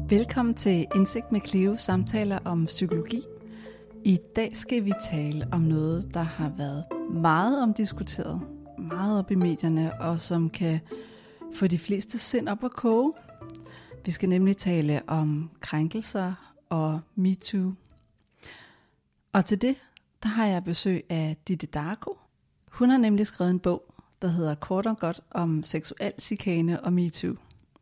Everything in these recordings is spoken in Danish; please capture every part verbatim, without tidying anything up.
Velkommen til Indsigt med Cleo, samtaler om psykologi. I dag skal vi tale om noget, der har været meget omdiskuteret, meget op i medierne, og som kan få de fleste sind op at koge. Vi skal nemlig tale om krænkelser og MeToo. Og til det, der har jeg besøg af Ditte Darko. Hun har nemlig skrevet en bog, der hedder Kort og godt om seksuel chikane og MeToo.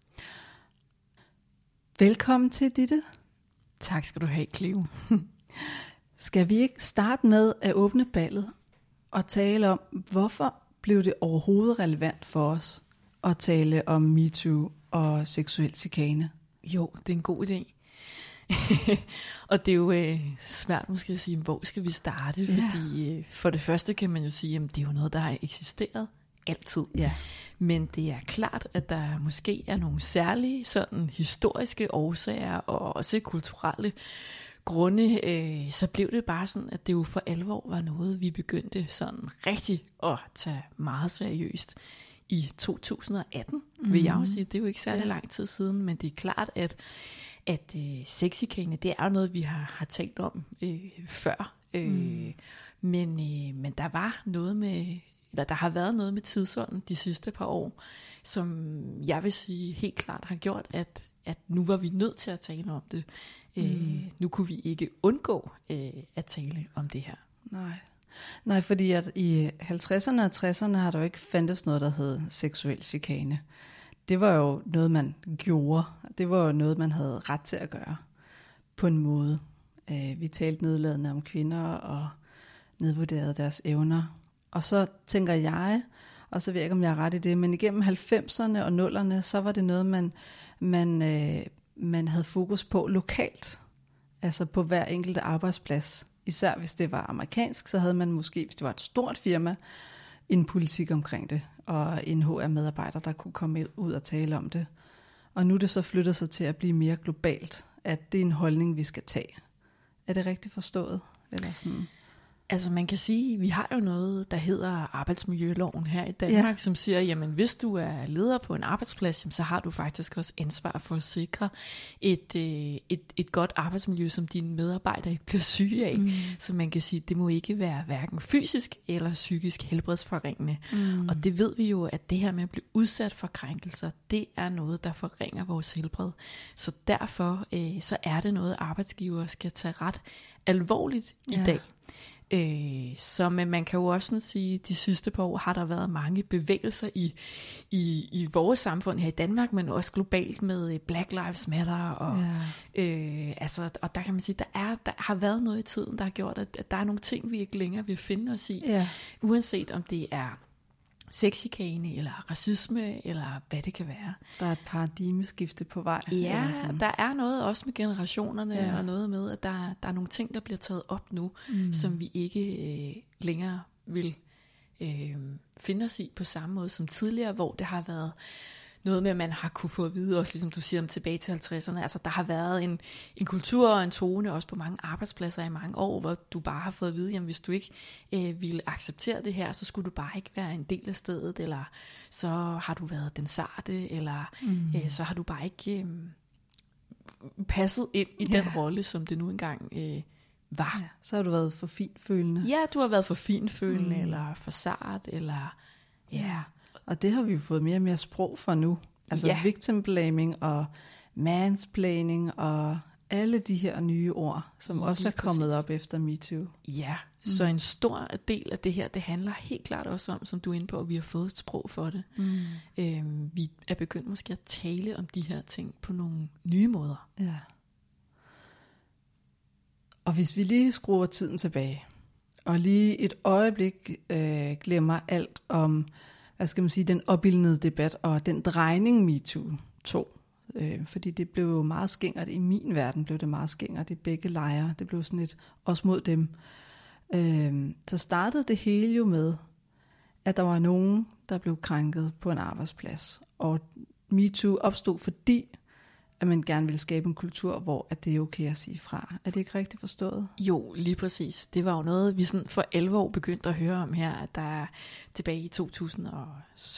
Velkommen til, Ditte. Tak skal du have, Cleo. Skal vi ikke starte med at åbne ballet og tale om, hvorfor blev det overhovedet relevant for os at tale om MeToo og seksuel chikane? Jo, det er en god idé. Og det er jo øh, svært måske at sige, hvor skal vi starte? Ja. Fordi øh, for det første kan man jo sige, at det er jo noget, der har eksisteret altid. Ja. Men det er klart, at der måske er nogle særlige sådan historiske årsager og også kulturelle grunde, øh, så blev det bare sådan, at det jo for alvor var noget, vi begyndte sådan rigtig at tage meget seriøst i to tusind og atten, mm-hmm. vil jeg jo sige. Det er jo ikke særlig ja. lang tid siden, men det er klart, at, at øh, sexchikane, det er jo noget, vi har, har talt om øh, før. Øh, mm. men, øh, men der var noget med... eller der har været noget med tidsånden de sidste par år, som jeg vil sige helt klart har gjort, at, at nu var vi nødt til at tale om det. Mm. Øh, nu kunne vi ikke undgå øh, at tale om det her. Nej. Nej, fordi at i halvtredserne og tresserne har der jo ikke fandtes noget, der hed seksuel chikane. Det var jo noget, man gjorde. Det var jo noget, man havde ret til at gøre på en måde. Øh, vi talte nedladende om kvinder og nedvurderede deres evner. Og så tænker jeg, og så ved jeg ikke, om jeg er ret i det, men igennem halvfemserne og nullerne, så var det noget, man, man, øh, man havde fokus på lokalt. Altså på hver enkelte arbejdsplads. Især hvis det var amerikansk, så havde man måske, hvis det var et stort firma, en politik omkring det. Og en H R-medarbejder, der kunne komme ud og tale om det. Og nu er det så flyttet sig til at blive mere globalt. At det er en holdning, vi skal tage. Er det rigtigt forstået? Eller sådan... Altså man kan sige, at vi har jo noget, der hedder arbejdsmiljøloven her i Danmark, ja. som siger, jamen hvis du er leder på en arbejdsplads, jamen, så har du faktisk også ansvar for at sikre et, et, et godt arbejdsmiljø, som dine medarbejdere ikke bliver syge af. Mm. Så man kan sige, at det må ikke være hverken fysisk eller psykisk helbredsforringende. Mm. Og det ved vi jo, at det her med at blive udsat for krænkelser, det er noget, der forringer vores helbred. Så derfor øh, så er det noget, arbejdsgiver skal tage ret alvorligt i ja. dag. Øh, så men man kan jo også sådan sige, at de sidste par år har der været mange bevægelser i, i, i vores samfund her i Danmark, men også globalt med Black Lives Matter. Og, ja. øh, altså, og der kan man sige, der, er, der har været noget i tiden, der har gjort, at, at der er nogle ting, vi ikke længere vil finde os i. Ja. Uanset om det er sexchikane eller racisme eller hvad det kan være. Der er et paradigmeskifte på vej. Ja, der er noget også med generationerne ja. og noget med, at der, der er nogle ting, der bliver taget op nu, mm. som vi ikke øh, længere vil øh, finde os i på samme måde som tidligere, hvor det har været noget med, at man har kunne få at vide, også ligesom du siger om tilbage til halvtredserne, altså der har været en, en kultur og en tone, også på mange arbejdspladser i mange år, hvor du bare har fået at vide, jamen hvis du ikke øh, ville acceptere det her, så skulle du bare ikke være en del af stedet, eller så har du været den sarte, eller mm. øh, så har du bare ikke øh, passet ind i yeah. den rolle, som det nu engang øh, var. Ja, så har du været for finfølende. Ja, du har været for finfølende, mm. eller for sart, eller ja... Yeah. Og det har vi jo fået mere og mere sprog for nu. Altså ja. victim blaming og mansplaining og alle de her nye ord, som også Lige er kommet præcis. op efter MeToo. Ja, mm. så en stor del af det her, det handler helt klart også om, som du er inde på, at vi har fået et sprog for det. Mm. Øhm, vi er begyndt måske at tale om de her ting på nogle nye måder. Ja. Og hvis vi lige skruer tiden tilbage, og lige et øjeblik øh, glemmer alt om... hvad skal man sige, den opildnede debat og den drejning MeToo tog. Øh, fordi det blev jo meget skingert, i min verden blev det meget skingert i begge lejre. Det blev sådan et os mod dem. Øh, så startede det hele jo med, at der var nogen, der blev krænket på en arbejdsplads. Og MeToo opstod, fordi at man gerne ville skabe en kultur, hvor at det er okay at sige fra. Er det ikke rigtigt forstået? Jo, lige præcis. Det var jo noget, vi sådan for elleve år begyndte at høre om her, at der tilbage i to tusind og sytten,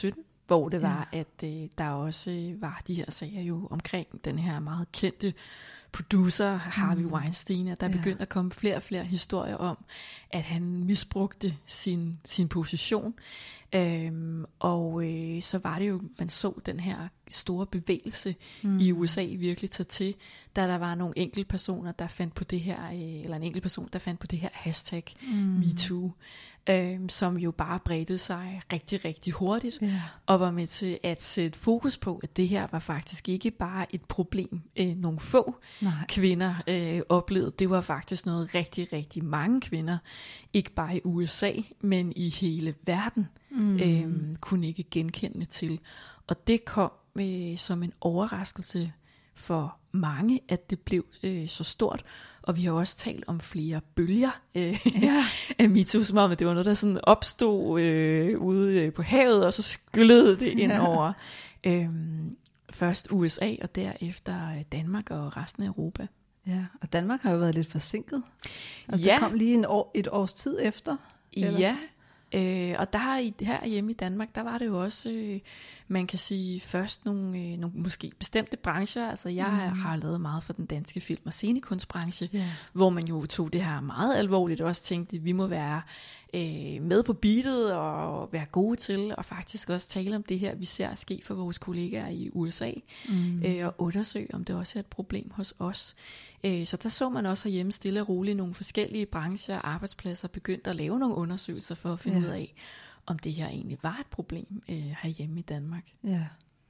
hvor det var, ja. at øh, der også øh, var de her sager jo omkring den her meget kendte producer Harvey mm. Weinstein, og der ja. begyndte at komme flere og flere historier om, at han misbrugte sin, sin position. Øhm, og øh, så var det jo, man så den her store bevægelse mm. i U S A virkelig tage til, da der var nogle enkelte personer, der fandt på det her, øh, eller en enkelt person, der fandt på det her hashtag mm. MeToo, øh, som jo bare bredte sig rigtig, rigtig hurtigt, yeah. og var med til at sætte fokus på, at det her var faktisk ikke bare et problem, øh, nogle få Nej. kvinder øh, oplevede. Det var faktisk noget rigtig, rigtig mange kvinder, ikke bare i U S A, men i hele verden, mm. øh, kunne ikke genkende til. Og det kom øh, som en overraskelse for mange, at det blev øh, så stort. Og vi har også talt om flere bølger øh, ja. af MeToo, som om, at det var noget, der sådan opstod øh, ude øh, på havet, og så skyllede det ind ja. over øh, først U S A, og derefter Danmark og resten af Europa. Ja, og Danmark har jo været lidt forsinket. Altså, ja. det kom lige en år, et års tid efter. Eller? Ja, Øh, og der har her hjemme i Danmark, der var det jo også, øh, man kan sige, først nogle, øh, nogle måske bestemte brancher. Altså jeg mm. har lavet meget for den danske film- og scenekunstbranche, yeah. hvor man jo tog det her meget alvorligt og også tænkte, at vi må være øh, med på beatet og være gode til, og faktisk også tale om det her, vi ser ske for vores kollegaer i U S A, mm. øh, og undersøge, om det også er et problem hos os. Øh, så der så man også herhjemme stille og roligt nogle forskellige brancher og arbejdspladser begyndte at lave nogle undersøgelser for at finde ja. ud af, om det her egentlig var et problem øh, herhjemme i Danmark. Ja.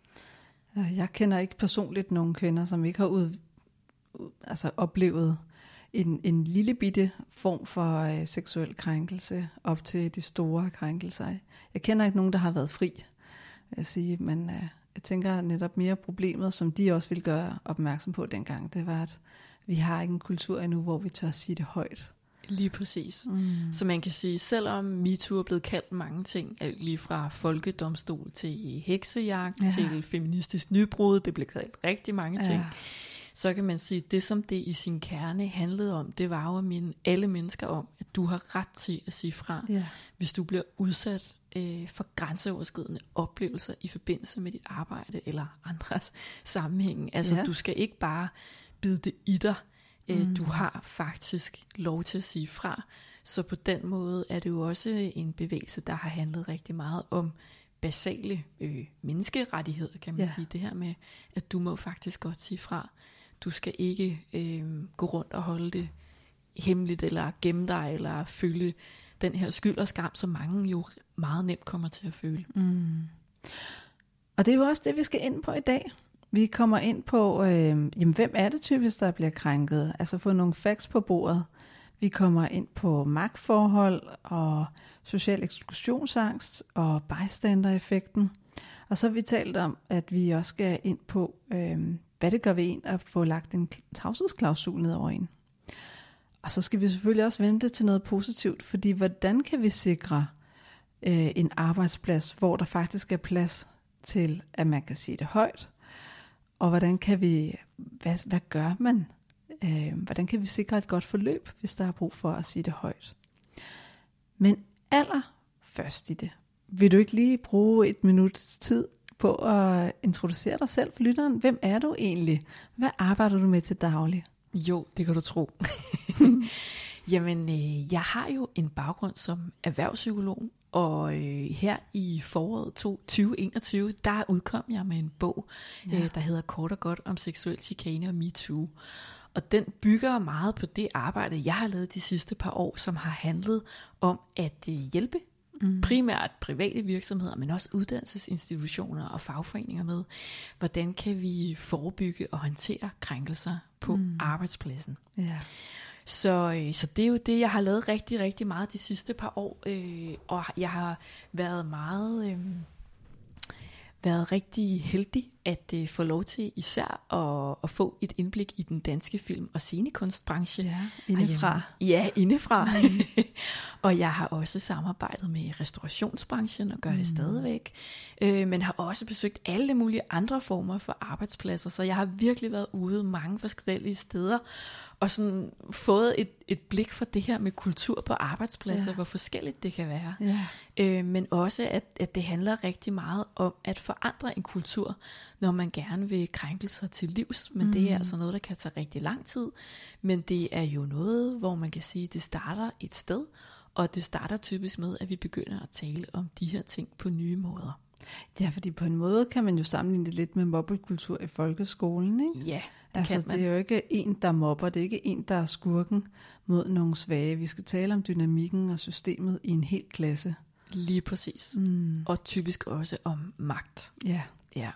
Jeg kender ikke personligt nogen kvinder, som ikke har ud, altså oplevet en, en lille bitte form for øh, seksuel krænkelse op til de store krænkelser. Jeg kender ikke nogen, der har været fri, vil jeg sige, men øh, jeg tænker netop mere problemet, som de også ville gøre opmærksom på dengang, det var, at vi har ikke en kultur endnu, hvor vi tør at sige det højt. Lige præcis. Mm. Så man kan sige, selvom MeToo er blevet kaldt mange ting, lige fra folkedomstol til heksejagt, ja. til feministisk nybrud, det blev kaldt rigtig mange ting, ja. så kan man sige, det som det i sin kerne handlede om, det var jo at minde alle mennesker om, at du har ret til at sige fra, ja. hvis du bliver udsat øh, for grænseoverskridende oplevelser i forbindelse med dit arbejde eller andres sammenhæng. Altså ja. du skal ikke bare bide det i dig. Mm. Du har faktisk lov til at sige fra. Så på den måde er det jo også en bevægelse, der har handlet rigtig meget om basale øh, menneskerettigheder, kan man ja. sige. Det her med, at du må faktisk godt sige fra. Du skal ikke øh, gå rundt og holde det hemmeligt, eller gemme dig, eller føle den her skyld og skam, som mange jo meget nemt kommer til at føle. Mm. Og det er jo også det, vi skal ind på i dag. Vi kommer ind på, øh, jamen, hvem er det typisk, der bliver krænket? Altså få nogle facts på bordet. Vi kommer ind på magtforhold og social eksklusionsangst og bystander-effekten. Og så har vi talt om, at vi også skal ind på, øh, hvad det gør ved en at få lagt en tavshedsklausul ned over en. Og så skal vi selvfølgelig også vente til noget positivt, fordi hvordan kan vi sikre øh, en arbejdsplads, hvor der faktisk er plads til, at man kan sige det højt? Og hvordan kan vi, hvad, hvad gør man? Øh, hvordan kan vi sikre et godt forløb, hvis der er brug for at sige det højt? Men allerførst i det, vil du ikke lige bruge et minuts tid på at introducere dig selv for lytteren? Hvem er du egentlig? Hvad arbejder du med til daglig? Jo, det kan du tro. Jamen, øh, jeg har jo en baggrund som erhvervspsykolog, og øh, her i foråret tyve enogtyve, der udkom jeg med en bog, ja. øh, der hedder Kort og godt om seksuel chikane og MeToo. Og den bygger meget på det arbejde, jeg har lavet de sidste par år, som har handlet om at øh, hjælpe mm. primært private virksomheder, men også uddannelsesinstitutioner og fagforeninger med, hvordan kan vi forebygge og håndtere krænkelser på mm. arbejdspladsen. Ja. Så, øh, så det er jo det, jeg har lavet rigtig, rigtig meget de sidste par år, øh, og jeg har været meget, øh, været rigtig heldig at uh, få lov til især at, at få et indblik i den danske film- og scenekunstbranche. Ja, indefra. Ja, indefra. Mm. Og jeg har også samarbejdet med restaurationsbranchen og gør mm. det stadigvæk. Øh, men har også besøgt alle mulige andre former for arbejdspladser, så jeg har virkelig været ude mange forskellige steder og sådan fået et, et blik for det her med kultur på arbejdspladser, ja. Hvor forskelligt det kan være. Ja. Øh, men også, at, at det handler rigtig meget om at forandre en kultur, når man gerne vil krænkelser til livs. Men mm. det er altså noget, der kan tage rigtig lang tid. Men det er jo noget, hvor man kan sige, at det starter et sted, og det starter typisk med, at vi begynder at tale om de her ting på nye måder. Ja, fordi på en måde kan man jo sammenligne det lidt med mobbekultur i folkeskolen, ikke? Ja, det altså, kan man. Det er jo ikke en, der mobber, det er ikke en, der er skurken mod nogle svage. Vi skal tale om dynamikken og systemet i en hel klasse. Lige præcis. Mm. Og typisk også om magt. Ja. Ja.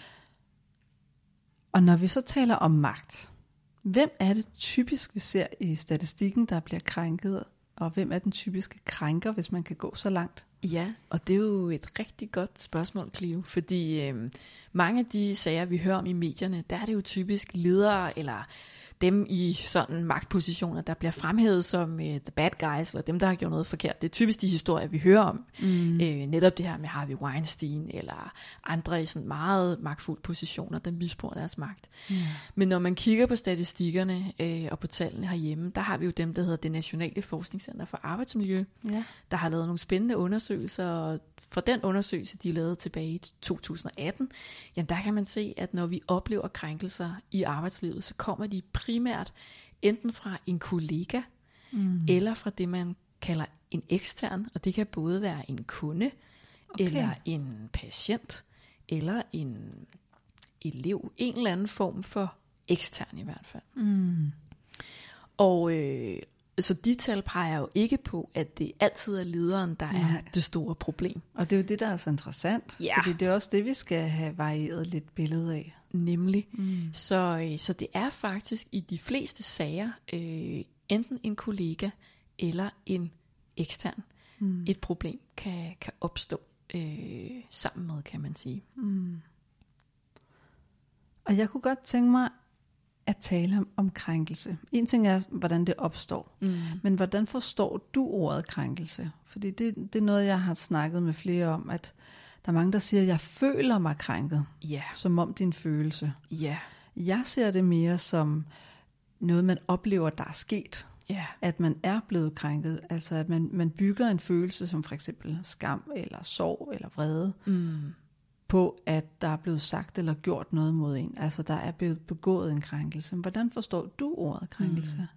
Og når vi så taler om magt, hvem er det typisk, vi ser i statistikken, der bliver krænket, og hvem er den typiske krænker, hvis man kan gå så langt? Ja, og det er jo et rigtig godt spørgsmål, Clio, fordi øh, mange af de sager, vi hører om i medierne, der er det jo typisk ledere eller dem i sådan magtpositioner, der bliver fremhævet som uh, the bad guys, eller dem, der har gjort noget forkert. Det er typisk de historier, vi hører om. Mm. Øh, netop det her med Harvey Weinstein, eller andre i sådan meget magtfulde positioner, der misbruger deres magt. Mm. Men når man kigger på statistikkerne øh, og på tallene herhjemme, der har vi jo dem, der hedder det Nationale Forskningscenter for Arbejdsmiljø, ja. Der har lavet nogle spændende undersøgelser, og for den undersøgelse, de lavede tilbage i to tusind og atten, jamen der kan man se, at når vi oplever krænkelser i arbejdslivet, så kommer de primært enten fra en kollega, mm. eller fra det, man kalder en ekstern, og det kan både være en kunde, okay. eller en patient, eller en elev, en eller anden form for ekstern i hvert fald. Mm. Og øh, så de tal peger jo ikke på, at det altid er lederen, der er det store problem. Og det er jo det, der er så interessant. Ja. Fordi det er også det, vi skal have varieret lidt billede af. Nemlig. Mm. Så, så det er faktisk i de fleste sager, øh, enten en kollega eller en ekstern, mm. et problem kan, kan opstå øh, sammen med, kan man sige. Mm. Og jeg kunne godt tænke mig at tale om, om krænkelse. En ting er, hvordan det opstår. Mm. Men hvordan forstår du ordet krænkelse? Fordi det, det er noget, jeg har snakket med flere om, at der er mange, der siger, at jeg føler mig krænket. Yeah. Som om det er en følelse. Yeah. Jeg ser det mere som noget, man oplever, der er sket. Yeah. At man er blevet krænket. Altså at man, man bygger en følelse som for eksempel skam, eller sorg, eller vrede. Mm. På, at der er blevet sagt eller gjort noget mod en. Altså, der er blevet begået en krænkelse. Hvordan forstår du ordet krænkelse?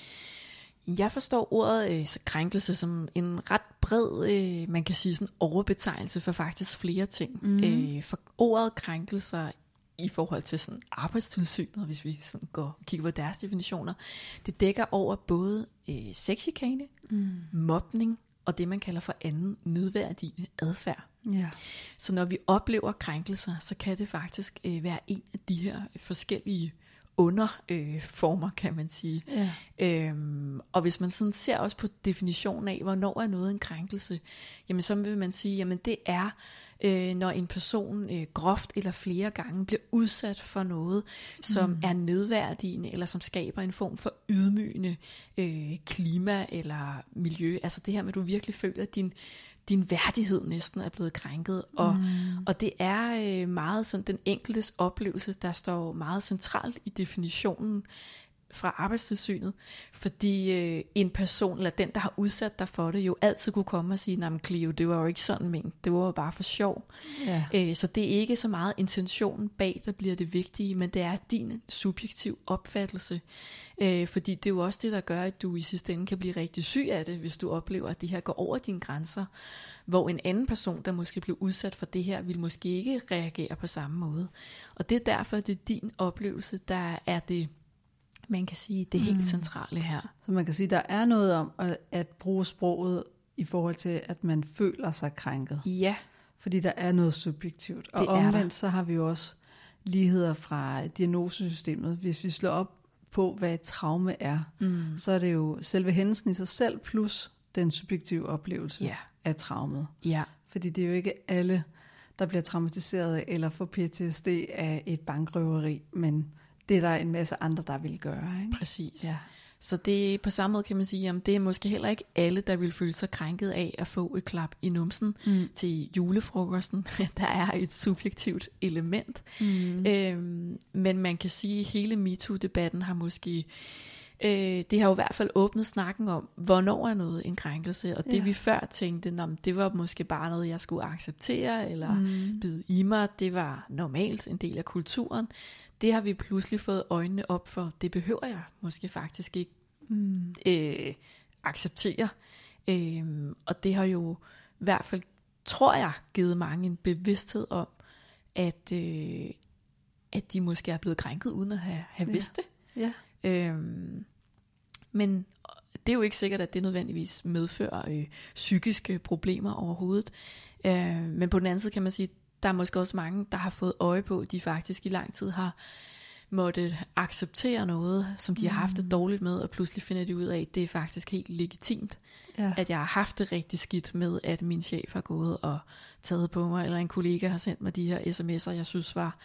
Mm. Jeg forstår ordet øh, så krænkelse som en ret bred, øh, man kan sige sådan overbetegnelse for faktisk flere ting. Mm. Øh, for ordet krænkelser i forhold til sådan arbejdstilsynet, hvis vi sådan går kigger på deres definitioner, det dækker over både øh, sexchikane, mm. mobning og det, man kalder for anden nedværdigende adfærd. Ja. Så når vi oplever krænkelser, så kan det faktisk øh, være en af de her forskellige underformer, øh, kan man sige. Ja. Øhm, og hvis man sådan ser også på definitionen af, hvornår er noget en krænkelse, jamen så vil man sige, jamen det er, øh, når en person øh, groft eller flere gange bliver udsat for noget, som mm. er nedværdigende, eller som skaber en form for ydmygende øh, klima eller miljø. Altså det her med, at du virkelig føler, at din din værdighed næsten er blevet krænket, og, mm. og det er øh, meget sådan den enkeltes oplevelse, der står meget centralt i definitionen fra Arbejdstilsynet, fordi øh, en person, eller den, der har udsat dig for det, jo altid kunne komme og sige, nej, men Clio, det var jo ikke sådan ment, det var jo bare for sjov. Ja. Øh, så det er ikke så meget intentionen bag, der bliver det vigtige, men det er din subjektiv opfattelse, øh, fordi det er jo også det, der gør, at du i sidste ende kan blive rigtig syg af det, hvis du oplever, at det her går over dine grænser, hvor en anden person, der måske blev udsat for det her, vil måske ikke reagere på samme måde. Og det er derfor, at det er din oplevelse, der er det, man kan sige, det helt mm. centrale her. Så man kan sige, der er noget om at, at bruge sproget i forhold til, at man føler sig krænket. Ja. Fordi der er noget subjektivt. Og omvendt så har vi jo også ligheder fra diagnosesystemet. Hvis vi slår op på, hvad et traume er, mm. så er det jo selve hændelsen i sig selv, plus den subjektive oplevelse yeah. af traumet. Ja. Fordi det er jo ikke alle, der bliver traumatiseret eller får P T S D af et bankrøveri, men det er der en masse andre, der vil gøre. Ikke? Præcis. Ja. Så det på samme måde kan man sige, at det er måske heller ikke alle, der vil føle sig krænket af at få et klap i numsen mm. til julefrokosten. Der er et subjektivt element. Mm. Øhm, men man kan sige, at hele MeToo-debatten har måske... Øh, det har jo i hvert fald åbnet snakken om, hvornår er noget en krænkelse, og det ja. vi før tænkte, nå, det var måske bare noget, jeg skulle acceptere, eller mm. bide i mig, det var normalt en del af kulturen. Det har vi pludselig fået øjnene op for, det behøver jeg måske faktisk ikke mm. øh, acceptere. Øh, og det har jo i hvert fald, tror jeg, givet mange en bevidsthed om, at, øh, at de måske er blevet krænket, uden at have, have ja. vidst det. Ja. Øhm, men det er jo ikke sikkert, at det nødvendigvis medfører øh, psykiske problemer overhovedet. Øh, men på den anden side kan man sige, der er måske også mange, der har fået øje på, at de faktisk i lang tid har måttet acceptere noget, som de mm. har haft det dårligt med, og pludselig finder de ud af, at det er faktisk helt legitimt, ja. at jeg har haft det rigtig skidt med, at min chef har gået og taget på mig, eller en kollega har sendt mig de her sms'er, jeg synes var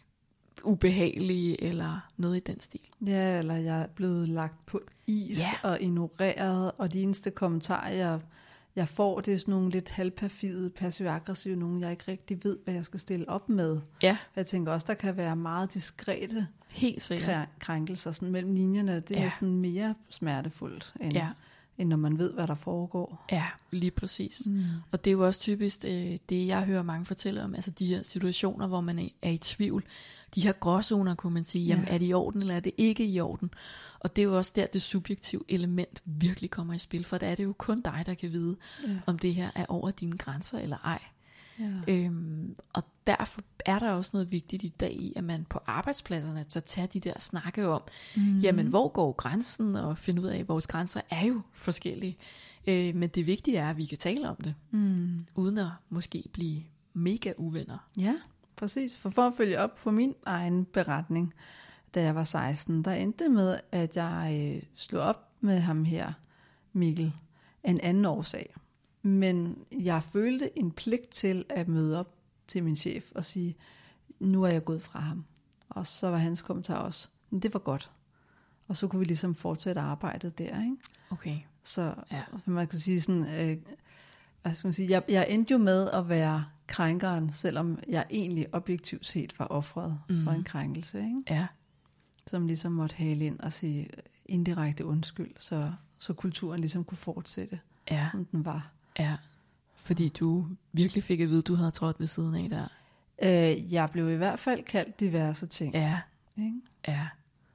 ubehagelige, eller noget i den stil. Ja, eller jeg er blevet lagt på is ja. og ignoreret, og de eneste kommentarer, jeg, jeg får, det er sådan nogle lidt halvperfide, passiv-aggressive, nogle jeg ikke rigtig ved, hvad jeg skal stille op med. Ja. Jeg tænker også, der kan være meget diskrete Helt sikkert. krænkelser sådan mellem linjerne. Det er ja. næsten mere smertefuldt, end, ja. end når man ved, hvad der foregår. Ja, lige præcis. Mm. Og det er jo også typisk øh, det, jeg hører mange fortælle om, altså de her situationer, hvor man er, er i tvivl. De her gråzoner, kunne man sige, jamen, ja. er det i orden, eller er det ikke i orden? Og det er jo også der, det subjektive element virkelig kommer i spil, for der er det jo kun dig, der kan vide, ja. om det her er over dine grænser eller ej. Ja. Øhm, og derfor er der også noget vigtigt i dag i, at man på arbejdspladserne så tager de der snakke om, mm. jamen hvor går grænsen, og finde ud af, at vores grænser er jo forskellige. Øh, men det vigtige er, at vi kan tale om det, mm. uden at måske blive mega uvenner. Ja, præcis. For, for at følge op på min egen beretning, da jeg var seksten, der endte med, at jeg øh, slog op med ham her, Mikkel, en anden årsag. Men jeg følte en pligt til at møde op til min chef og sige, nu er jeg gået fra ham. Og så var hans kommentar også, men det var godt. Og så kunne vi ligesom fortsætte arbejdet der, ikke? Okay. Så ja. man kan sige sådan, øh, hvad skal man sige, jeg, jeg endte jo med at være krænkeren, selvom jeg egentlig objektivt set var offret mm. for en krænkelse, ikke? Ja. Som ligesom måtte hale ind og sige indirekte undskyld, så, så kulturen ligesom kunne fortsætte, ja. som den var. Ja, fordi du virkelig fik at vide, at du havde trådt ved siden af der. Øh, jeg blev i hvert fald kaldt diverse ting. Ja, ikke? Ja.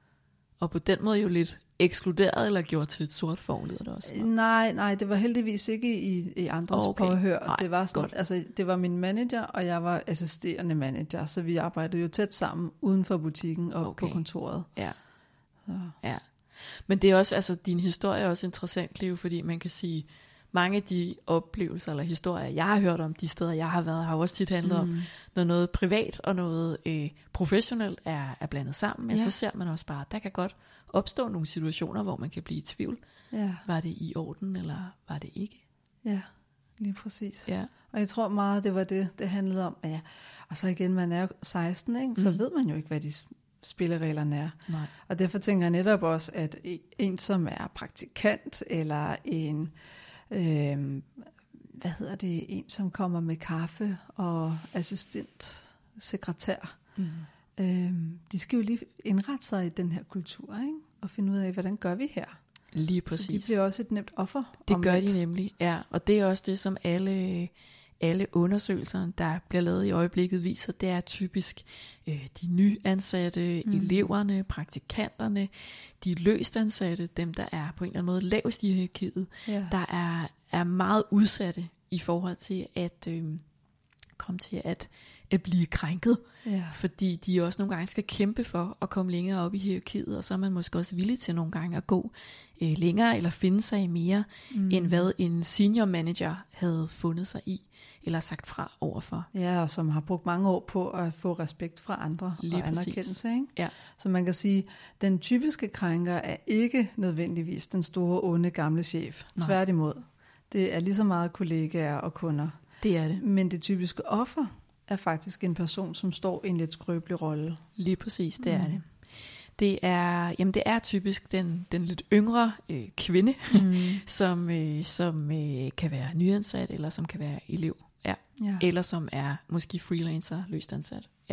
Og på den måde jo lidt ekskluderet eller gjort til et sort får, lyder det også? Øh, nej, nej, det var heldigvis ikke i, i andres okay. påhør. Nej, det var sådan, godt. altså det var min manager, og jeg var assisterende manager, så vi arbejdede jo tæt sammen uden for butikken og okay. på kontoret. Ja. Så. Ja. Men det er også, altså din historie er også interessant, Cleo, fordi man kan sige, mange af de oplevelser eller historier, jeg har hørt om de steder, jeg har været, har også tit handlet mm. om, når noget privat og noget øh, professionelt er, er blandet sammen, men ja. så ser man også bare, at der kan godt opstå nogle situationer, hvor man kan blive i tvivl. Ja. Var det i orden, eller var det ikke? Ja, lige præcis. Ja. Og jeg tror meget, det var det, det handlede om. Ja. Og så igen, man er seksten, ikke? Så mm. ved man jo ikke, hvad de spillereglerne er. Nej. Og derfor tænker jeg netop også, at en, som er praktikant, eller en... Øhm, hvad hedder det, en som kommer med kaffe og assistent, sekretær, mm. øhm, de skal jo lige indrette sig i den her kultur, ikke? Og finde ud af, hvordan gør vi her. Lige præcis. Så de bliver også et nemt offer. Det gør de nemlig, ja. Og det er også det, som alle, alle undersøgelser, der bliver lavet i øjeblikket, viser. Det er typisk øh, de nyansatte, mm. eleverne, praktikanterne, de løst ansatte, dem der er på en eller anden måde lavest i hierarkiet, ja. der er, er meget udsatte i forhold til at øh, komme til at, at blive krænket. Ja. Fordi de også nogle gange skal kæmpe for at komme længere op i hierarkiet, og så er man måske også villig til nogle gange at gå øh, længere eller finde sig i mere, mm. end hvad en senior manager havde fundet sig i, eller sagt fra overfor. Ja, og som har brugt mange år på at få respekt fra andre. Lige og anerkendelse. Ikke? Ja. Så man kan sige, den typiske krænker er ikke nødvendigvis den store, onde, gamle chef. Nej. Tværtimod. Det er lige så meget kollegaer og kunder. Det er det. Men det typiske offer er faktisk en person, som står i en lidt skrøbelig rolle. Lige præcis, det Mm. er det. Det er, jamen det er typisk den, den lidt yngre øh, kvinde, Mm. som, øh, som øh, kan være nyansat, eller som kan være elev, ja. Ja. Eller som er måske freelancer, løst ansat. Ja.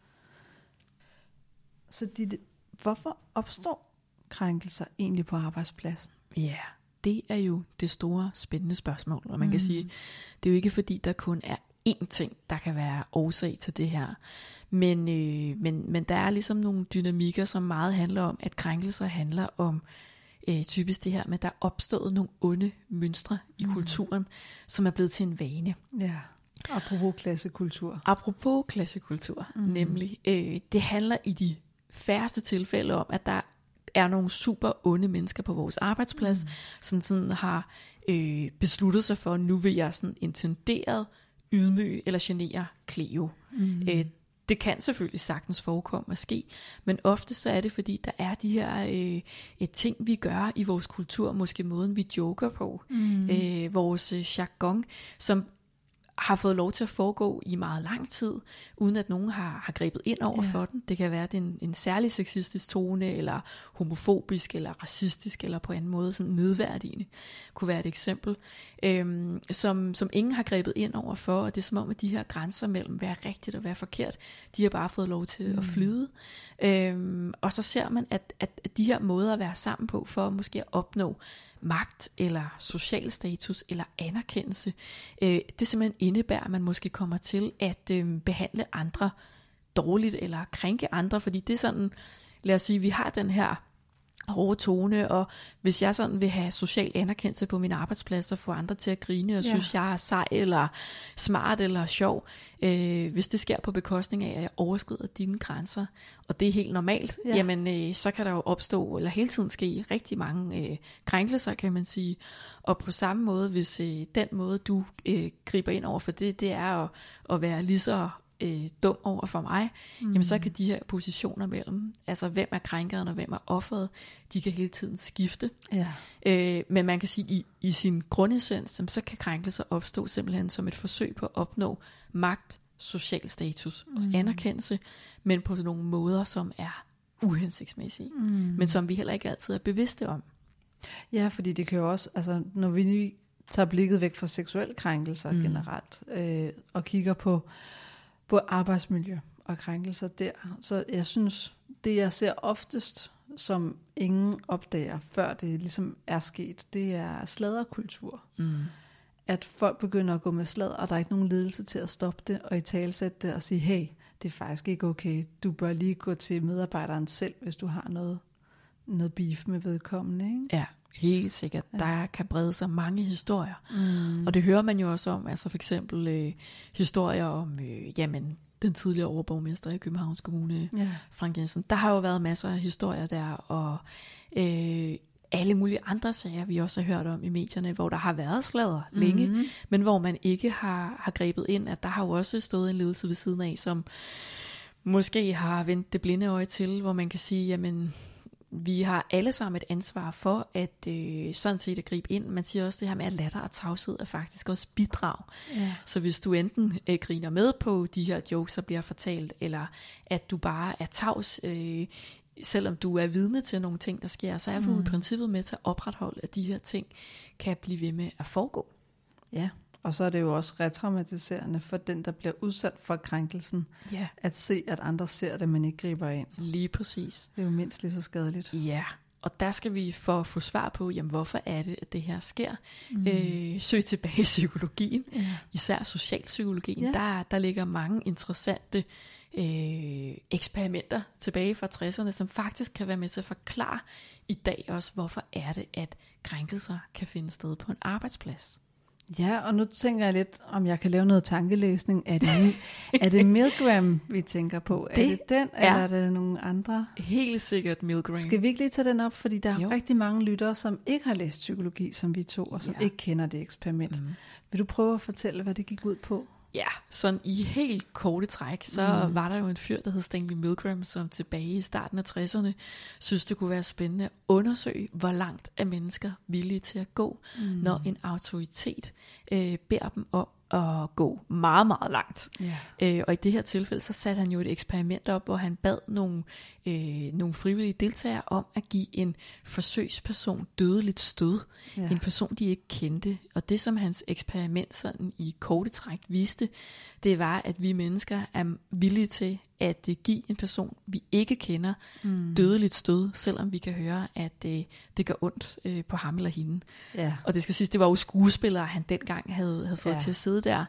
Så de, hvorfor opstår krænkelser egentlig på arbejdspladsen? Ja, det er jo det store spændende spørgsmål, og man Mm. kan sige, det er jo ikke fordi, der kun er én ting, der kan være årsag til det her. Men, øh, men, men der er ligesom nogle dynamikker, som meget handler om, at krænkelser handler om øh, typisk det her med, at der er opstået nogle onde mønstre i Mm. kulturen, som er blevet til en vane. Ja, apropos klassekultur. Apropos klassekultur, Mm. mm. nemlig, øh, det handler i de færreste tilfælde om, at der er nogle super onde mennesker på vores arbejdsplads, Mm. som sådan har øh, besluttet sig for, at nu vil jeg sådan intenderet ydmyge eller genere Cleo. Mm. Øh, det kan selvfølgelig sagtens forekomme at ske, men ofte så er det, fordi der er de her øh, et ting, vi gør i vores kultur, måske måden vi joker på, Mm. øh, vores øh, jargon, som har fået lov til at foregå i meget lang tid, uden at nogen har, har grebet ind over Ja. for den. Det kan være, at det er en, en særlig sexistisk tone, eller homofobisk, eller racistisk, eller på anden måde sådan nedværdigende, kunne være et eksempel, øhm, som, som ingen har grebet ind over for, og det er som om, at de her grænser mellem hvad er rigtigt og hvad er forkert, de har bare fået lov til mm. at flyde. Øhm, og så ser man, at, at, at de her måder at være sammen på, for måske at opnå magt, eller social status, eller anerkendelse, øh, det simpelthen indebærer, at man måske kommer til at øh, behandle andre dårligt, eller krænke andre, fordi det er sådan, lad os sige, vi har den her hårde tone, og hvis jeg sådan vil have social anerkendelse på min arbejdsplads, og få andre til at grine, og Ja. synes, jeg er sej, eller smart, eller sjov, øh, hvis det sker på bekostning af, at jeg overskrider dine grænser, og det er helt normalt, Ja. jamen øh, så kan der jo opstå, eller hele tiden ske rigtig mange øh, krænkelser, kan man sige, og på samme måde, hvis øh, den måde, du øh, griber ind over for det, det er at, at være lige så øh, dum over for mig, mm. jamen så kan de her positioner mellem, altså hvem er krænkeren og hvem er offeret, de kan hele tiden skifte. Ja. Øh, men man kan sige, i, i sin grundessens, så kan krænkelser opstå simpelthen som et forsøg på at opnå magt, social status og Mm. anerkendelse, men på nogle måder, som er uhensigtsmæssige, Mm. men som vi heller ikke altid er bevidste om. Ja, fordi det kan jo også, altså når vi lige tager blikket væk fra seksuelle krænkelser Mm. generelt, øh, og kigger på, på arbejdsmiljø og krænkelser der, så jeg synes, det jeg ser oftest, som ingen opdager, før det ligesom er sket, det er sladderkultur. Mm. At folk begynder at gå med sladder, og der er ikke nogen ledelse til at stoppe det, og italesætte det og sige, hey, det er faktisk ikke okay, du bør lige gå til medarbejderen selv, hvis du har noget, noget beef med vedkommende, ikke? Ja, helt sikkert. Ja. Der kan brede sig mange historier. Mm. Og det hører man jo også om, altså for eksempel øh, historier om, øh, jamen, den tidligere overborgmester i Københavns Kommune, Ja. Frank Jensen. Der har jo været masser af historier der, og øh, alle mulige andre sager, vi også har hørt om i medierne, hvor der har været sladder mm. længe, Mhm. men hvor man ikke har, har grebet ind, at der har jo også stået en ledelse ved siden af, som måske har vendt det blinde øje til, hvor man kan sige, jamen, vi har alle sammen et ansvar for at øh, sådan set at gribe ind. Man siger også det her med, at latter og tavshed er faktisk også bidrag. Ja. Så hvis du enten øh, griner med på de her jokes, der bliver fortalt, eller at du bare er tavs, øh, selvom du er vidne til nogle ting, der sker, så er du Mm. i princippet med til at opretholde, at de her ting kan blive ved med at foregå. Ja, og så er det jo også retraumatiserende for den, der bliver udsat for krænkelsen, Ja, at se, at andre ser det, men ikke griber ind. lige præcis. Det er jo mindst lige så skadeligt. Ja, og der skal vi for at få svar på, jamen hvorfor er det, at det her sker? Mm. Øh, søg tilbage i psykologien, Ja. især socialpsykologien. Ja. Der, der ligger mange interessante øh, eksperimenter tilbage fra tresserne, som faktisk kan være med til at forklare i dag også, hvorfor er det, at krænkelser kan finde sted på en arbejdsplads. Ja, og nu tænker jeg lidt, om jeg kan lave noget tankelæsning. Er det, er det Milgram, vi tænker på? Er Det det den, er- eller er det nogle andre? Helt sikkert Milgram. Skal vi ikke lige tage den op? Fordi der er Jo. rigtig mange lyttere, som ikke har læst psykologi, som vi to, og som Ja. ikke kender det eksperiment. Mm. Vil du prøve at fortælle, hvad det gik ud på? Ja, sådan i helt korte træk, så Mm. var der jo en fyr, der hed Stanley Milgram, som tilbage i starten af tresserne, synes det kunne være spændende at undersøge, hvor langt er mennesker villige til at gå, mm. når en autoritet øh, beder dem om at gå meget, meget langt. Yeah. Øh, og i det her tilfælde, så satte han jo et eksperiment op, hvor han bad nogle, øh, nogle frivillige deltagere om at give en forsøgsperson dødeligt stød. Yeah. En person, de ikke kendte. Og det, som hans eksperiment sådan i korte træk viste, det var, at vi mennesker er villige til at uh, give en person, vi ikke kender, mm. dødeligt stød, selvom vi kan høre, at uh, det gør ondt uh, på ham eller hende. Yeah. Og det skal siges, det var jo skuespillere, han dengang havde, havde fået yeah. til at sidde der.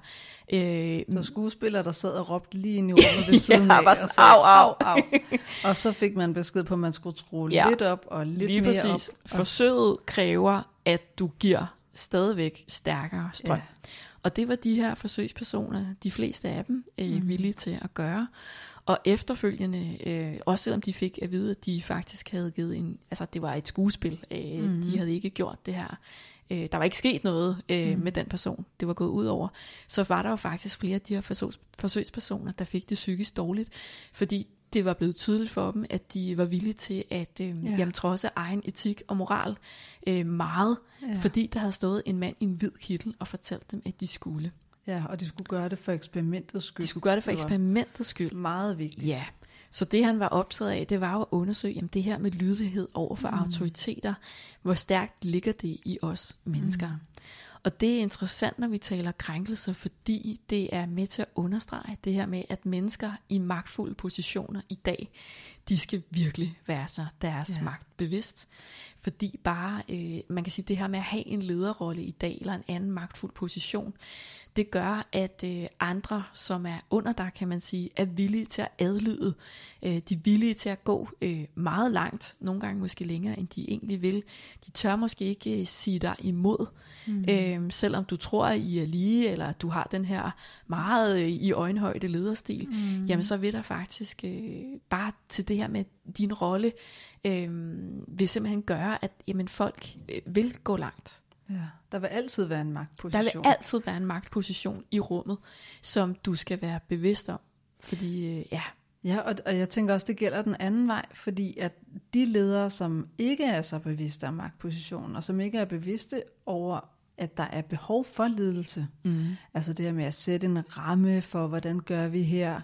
Uh, så skuespillere, der sad og råbte lige ind i rummet ved siden ja, af, bare sådan, og sagde, au, au. au, au. Og så fik man besked på, at man skulle skrue ja. lidt op og lidt lige mere præcis. op. Forsøget kræver, at du giver stadigvæk stærkere strøm. Yeah. Og det var de her forsøgspersoner, de fleste af dem, øh, mm. villige til at gøre. Og efterfølgende, øh, også selvom de fik at vide, at de faktisk havde givet en, altså det var et skuespil, øh, mm. de havde ikke gjort det her. Øh, der var ikke sket noget øh, mm. med den person, det var gået ud over. Så var der jo faktisk flere af de her forsøgs, forsøgspersoner, der fik det psykisk dårligt, fordi det var blevet tydeligt for dem, at de var villige til at øh, ja. jamen, trodse egen etik og moral øh, meget, ja. fordi der havde stået en mand i en hvid kittel og fortalt dem, at de skulle. Ja, og de skulle gøre det for eksperimentets skyld. De skulle gøre det for det eksperimentets skyld. Meget vigtigt. Ja, så det han var optaget af, det var jo at undersøge, jamen det her med lydighed over for mm. autoriteter, hvor stærkt ligger det i os mennesker. Mm. Og det er interessant, når vi taler krænkelser, fordi det er med til at understrege det her med, at mennesker i magtfulde positioner i dag, de skal virkelig være sig deres ja. magt bevidst. Fordi bare, øh, man kan sige, det her med at have en lederrolle i dag, eller en anden magtfuld position, det gør, at øh, andre, som er under dig, kan man sige, er villige til at adlyde. Øh, de er villige til at gå øh, meget langt, nogle gange måske længere, end de egentlig vil. De tør måske ikke øh, sige dig imod, mm. øh, selvom du tror, at I er lige, eller at du har den her meget øh, i øjenhøjde lederstil, mm. jamen så vil der faktisk øh, bare til det her med din rolle, øh, vil simpelthen gøre, at jamen, folk øh, vil gå langt. Ja, der vil altid være en magtposition. Der vil altid være en magtposition i rummet, som du skal være bevidst om. Fordi, øh, ja. Ja, og, og jeg tænker også, det gælder den anden vej, fordi at de ledere, som ikke er så bevidste om magtpositionen, og som ikke er bevidste over, at der er behov for ledelse, mm. altså det her med at sætte en ramme for, hvordan gør vi her,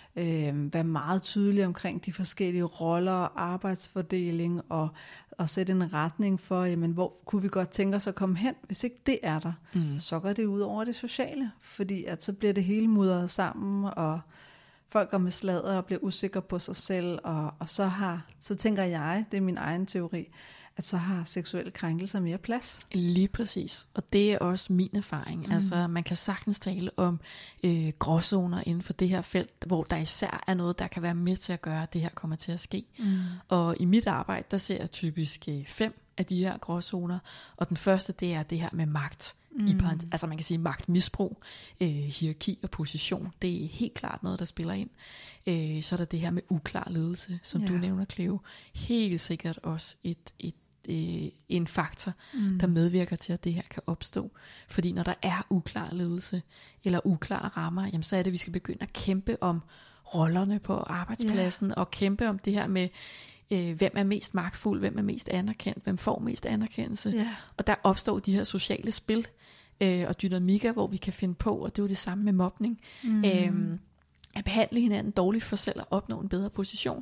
øh, være meget tydelig omkring de forskellige roller og arbejdsfordeling, og, og sætte en retning for, jamen, hvor kunne vi godt tænke os at komme hen. Hvis ikke det er der, mm. så går det ud over det sociale, fordi at så bliver det hele mudret sammen, og folk går med sladder og bliver usikre på sig selv, og, og så har, så tænker jeg, det er min egen teori, at så har seksuelle krænkelser mere plads. Lige præcis, og det er også min erfaring. Mm. Altså man kan sagtens tale om øh, gråzoner inden for det her felt, hvor der især er noget, der kan være med til at gøre, at det her kommer til at ske. Mm. Og i mit arbejde, der ser jeg typisk øh, fem af de her gråzoner, og den første, det er det her med magt. Mm. I parent, altså man kan sige magtmisbrug, øh, hierarki og position, det er helt klart noget, der spiller ind. Øh, så er der det her med uklar ledelse, som ja. du nævner, Cleo. Helt sikkert også et, et øh, en faktor, mm. der medvirker til, at det her kan opstå. Fordi når der er uklar ledelse, eller uklare rammer, jamen så er det, at vi skal begynde at kæmpe om rollerne på arbejdspladsen, yeah. og kæmpe om det her med, øh, hvem er mest magtfuld, hvem er mest anerkendt, hvem får mest anerkendelse. Yeah. Og der opstår de her sociale spil, øh, og dynamikker, hvor vi kan finde på, og det er jo det samme med mobning, mm. øh, at behandle hinanden dårligt for selv at opnå en bedre position.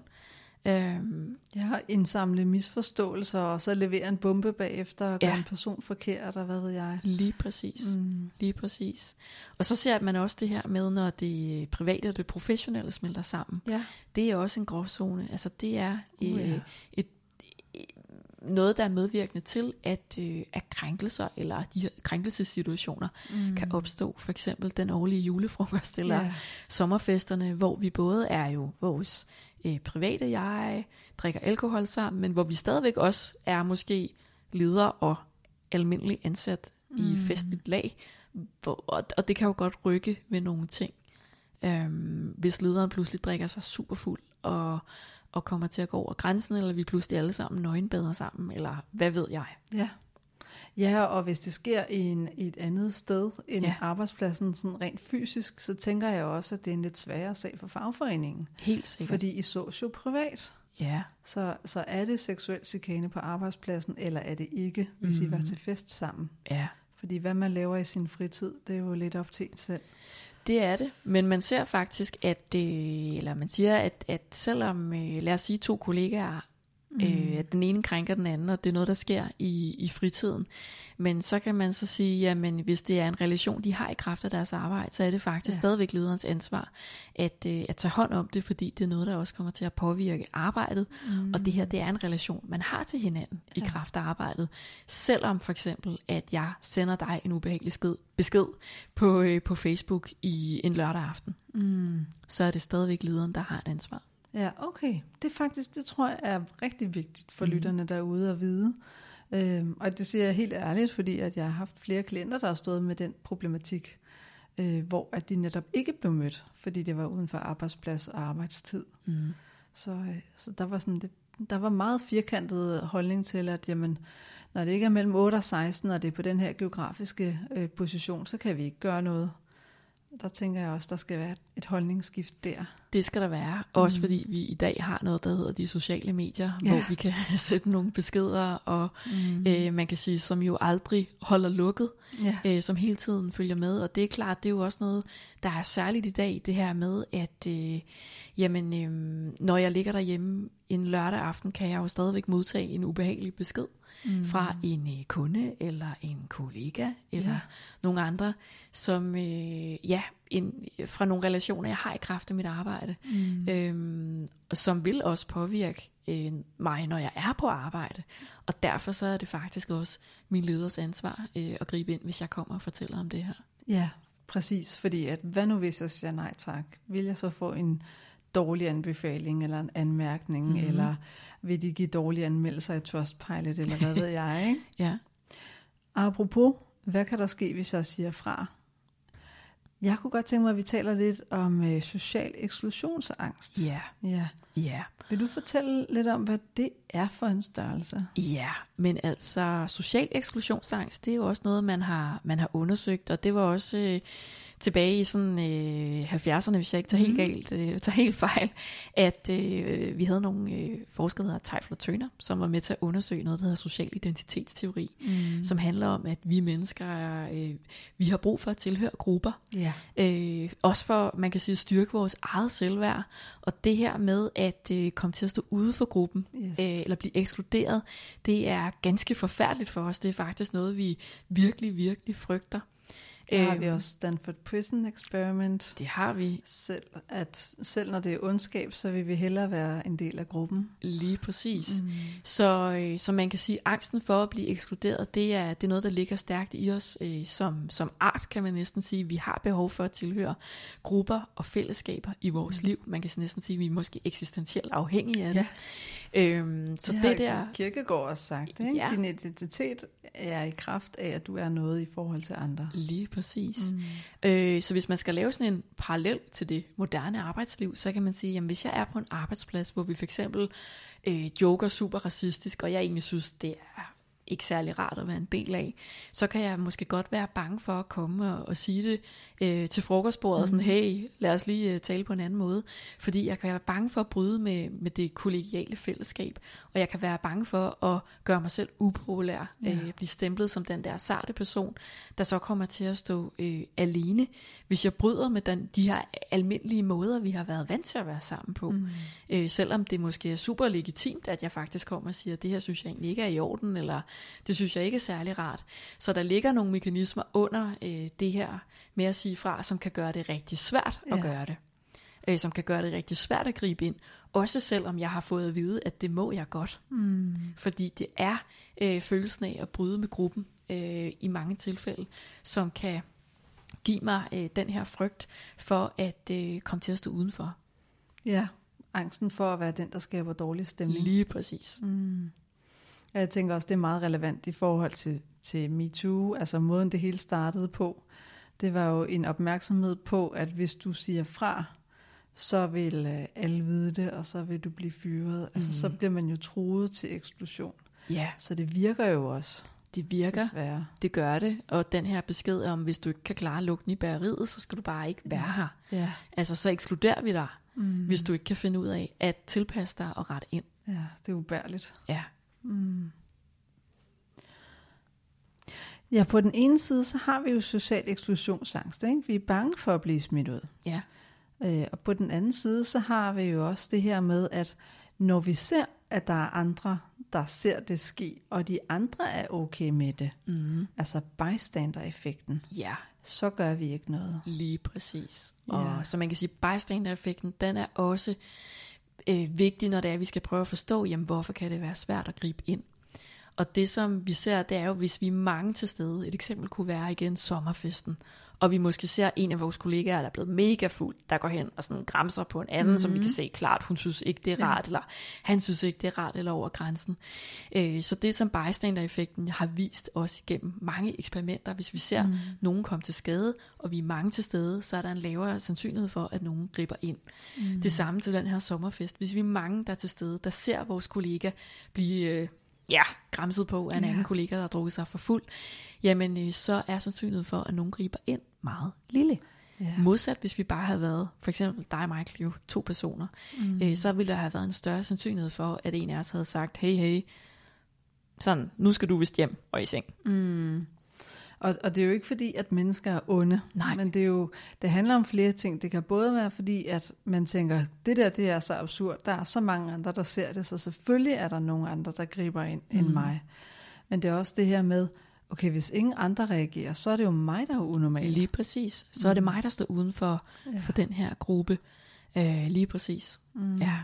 Øhm, ja, indsamle misforståelser, og så levere en bombe bagefter, og gøre ja. en person forkert, og hvad ved jeg. Lige præcis, mm. lige præcis. Og så ser man også det her med, når det private og det professionelle smelter sammen. Ja. Det er også en gråzone. Altså det er uh, øh, ja. et, et, noget, der er medvirkende til, at, øh, at krænkelser, eller de her krænkelsessituationer, mm. kan opstå. For eksempel den årlige julefrokost, eller ja. sommerfesterne, hvor vi både er jo vores Øh, private jeg, drikker alkohol sammen, men hvor vi stadigvæk også er måske ledere og almindelig ansat mm. i festligt lag, hvor, og, og det kan jo godt rykke ved nogle ting, øhm, hvis lederen pludselig drikker sig super fuld og, og kommer til at gå over grænsen, eller vi pludselig alle sammen nøgenbader sammen, eller hvad ved jeg. Ja. Ja, og hvis det sker i, en, i et andet sted end ja. arbejdspladsen, sådan rent fysisk, så tænker jeg også, at det er en lidt sværere sag for fagforeningen. Helt sikkert. Fordi I så jo privat. Ja. Så, så er det seksuel chikane på arbejdspladsen, eller er det ikke, hvis mm. I var til fest sammen? Ja. Fordi hvad man laver i sin fritid, det er jo lidt op til en selv. Det er det, men man ser faktisk, at, øh, eller man siger, at, at selvom, øh, lad os sige, to kollegaer, mm. øh, at den ene krænker den anden, og det er noget, der sker i, i fritiden, men så kan man så sige, jamen hvis det er en relation, de har i kraft af deres arbejde, så er det faktisk ja. stadigvæk lederens ansvar, at, øh, at tage hånd om det, fordi det er noget, der også kommer til at påvirke arbejdet, mm. og det her, det er en relation, man har til hinanden ja. i kraft af arbejdet, selvom for eksempel, at jeg sender dig en ubehagelig skid, besked på, øh, på Facebook i en lørdag aften, mm. så er det stadigvæk lederen, der har et ansvar. Ja, okay. Det er faktisk, det tror jeg er rigtig vigtigt for mm. lytterne derude at vide. Øhm, og det siger jeg helt ærligt, fordi at jeg har haft flere klienter, der har stået med den problematik, øh, hvor at de netop ikke blev mødt, fordi det var uden for arbejdsplads og arbejdstid. Mm. Så, øh, så der var sådan lidt, der var meget firkantet holdning til, at jamen, når det ikke er mellem otte og seksten, og det er på den her geografiske øh, position, så kan vi ikke gøre noget. Der tænker jeg også, der skal være et holdningsskift der. Det skal der være, også mm. fordi vi i dag har noget, der hedder de sociale medier, ja. hvor vi kan sætte nogle beskeder, og mm. øh, man kan sige, som jo aldrig holder lukket, ja. øh, som hele tiden følger med. Og det er klart, det er jo også noget, der er særligt i dag, det her med, at øh, jamen, øh, når jeg ligger derhjemme en lørdag aften, kan jeg jo stadigvæk modtage en ubehagelig besked mm. fra en øh, kunde, eller en kollega, eller ja. nogle andre, som øh, ja, en, fra nogle relationer, jeg har i kraft af mit arbejde, mm. øhm, som vil også påvirke øh, mig, når jeg er på arbejde. Og derfor så er det faktisk også min leders ansvar øh, at gribe ind, hvis jeg kommer og fortæller om det her. Ja, præcis. Fordi at, hvad nu hvis jeg siger nej tak? Vil jeg så få en dårlig anbefaling, eller en anmærkning, mm. eller vil de give dårlige anmeldelser i Trustpilot, eller hvad ved jeg, ikke? Ja. Apropos, hvad kan der ske, hvis jeg siger fra? Jeg kunne godt tænke mig, at vi taler lidt om øh, social eksklusionsangst. Ja. Ja. Ja. Vil du fortælle lidt om, hvad det er for en størrelse? Ja, men altså social eksklusionsangst, det er jo også noget, man har, man har undersøgt, og det var også øh, tilbage i sådan øh, halvfjerdserne, hvis jeg ikke tager helt galt, øh, tager helt fejl, at øh, vi havde nogle øh, forskere, der hedder Teifel og Turner, som var med til at undersøge noget, der hedder social identitetsteori, mm. som handler om, at vi mennesker, øh, vi har brug for at tilhøre grupper, ja. øh, også for, man kan sige, at styrke vores eget selvværd, og det her med at øh, komme til at stå ude for gruppen, yes. øh, eller blive ekskluderet, det er ganske forfærdeligt for os, det er faktisk noget, vi virkelig, virkelig frygter. Der har vi også Stanford Prison Experiment. Det har vi. Selv, at selv når det er ondskab, så vil vi hellere være en del af gruppen. Lige præcis. Mm. Så, øh, så man kan sige, angsten for at blive ekskluderet, det er, det er noget, der ligger stærkt i os. Øh, som, som art kan man næsten sige, vi har behov for at tilhøre grupper og fællesskaber i vores mm. liv. Man kan næsten sige, at vi er måske eksistentielt afhængige af det. Ja. Øhm, så det, det der har Kierkegaard også sagt. Ikke? Ja. Din identitet er i kraft af, at du er noget i forhold til andre. Lige præcis. Mm. Øh, så hvis man skal lave sådan en parallel til det moderne arbejdsliv, så kan man sige, jamen hvis jeg er på en arbejdsplads, hvor vi for eksempel øh, joker super racistisk, og jeg egentlig synes, det er ikke særlig rart at være en del af, så kan jeg måske godt være bange for at komme og, og sige det øh, til frokostbordet, mm. og sådan, hey, lad os lige uh, tale på en anden måde, fordi jeg kan være bange for at bryde med, med det kollegiale fællesskab, og jeg kan være bange for at gøre mig selv upopulær, ja. øh, blive stemplet som den der sarte person, der så kommer til at stå øh, alene, hvis jeg bryder med den, de her almindelige måder, vi har været vant til at være sammen på, mm. øh, selvom det måske er super legitimt, at jeg faktisk kommer og siger, det her synes jeg egentlig ikke er i orden, eller det synes jeg ikke er særlig rart. Så der ligger nogle mekanismer under øh, det her med at sige fra, som kan gøre det rigtig svært at ja. gøre det. Øh, som kan gøre det rigtig svært at gribe ind. Også selvom jeg har fået at vide, at det må jeg godt. Mm. Fordi det er øh, følelsen af at bryde med gruppen øh, i mange tilfælde, som kan give mig øh, den her frygt for at øh, komme til at stå udenfor. Ja, angsten for at være den, der skaber dårlig stemning. Lige præcis. Mm. Jeg tænker også, det er meget relevant i forhold til, til MeToo, altså måden det hele startede på. Det var jo en opmærksomhed på, at hvis du siger fra, så vil øh, alle vide det, og så vil du blive fyret. Mm. Altså så bliver man jo truet til eksklusion. Ja. Så det virker jo også. Det virker, desværre. Det gør det, og den her besked om, hvis du ikke kan klare lugten i bageriet, så skal du bare ikke være her. Ja. Altså så ekskluderer vi dig, mm. hvis du ikke kan finde ud af at tilpasse dig og rette ind. Ja, det er ubærligt. Ja. Mm. Ja, på den ene side, så har vi jo social eksklusionsangst, ikke? Vi er bange for at blive smidt ud. Ja. Øh, og på den anden side, så har vi jo også det her med, at når vi ser, at der er andre, der ser det ske, og de andre er okay med det, Mm. altså bystander-effekten, Ja, så gør vi ikke noget. lige præcis. Ja. Og så man kan sige, bystander-effekten, den er også øh, vigtig, når det er, at vi skal prøve at forstå, jamen hvorfor kan det være svært at gribe ind. Og det som vi ser, det er jo, hvis vi er mange til stede. Et eksempel kunne være igen sommerfesten. Og vi måske ser en af vores kollegaer, der er blevet mega fuld, der går hen og sådan gramser på en anden, mm-hmm. som vi kan se klart, hun synes ikke, det er rart, ja. Eller han synes ikke, det er rart, eller over grænsen. Øh, så det som bystander-effekten har vist os igennem mange eksperimenter, hvis vi ser mm. nogen komme til skade, og vi er mange til stede, så er der en lavere sandsynlighed for, at nogen griber ind. Mm. Det samme til den her sommerfest. Hvis vi er mange, der er til stede, der ser vores kollega blive... Øh, ja, gramset på af en anden ja. kollega, der har drukket sig for fuld, jamen øh, så er sandsynligheden for, at nogen griber ind meget lille. Ja. Modsat, hvis vi bare havde været, for eksempel dig og Michael, jo to personer, mm. øh, så ville der have været en større sandsynlighed for, at en af os havde sagt, hey, hey, sådan, nu skal du vist hjem og i seng. Mm. Og, og det er jo ikke fordi, at mennesker er onde. Nej. Men det, er jo, det handler om flere ting. Det kan både være fordi, at man tænker, det der det er så absurd. Der er så mange andre, der ser det, så selvfølgelig er der nogle andre, der griber ind mm. end mig. Men det er også det her med, okay, hvis ingen andre reagerer, så er det jo mig, der er unormal. Lige præcis. Så mm. er det mig, der står uden for, ja. for den her gruppe. Øh, lige præcis. Mm. Ja.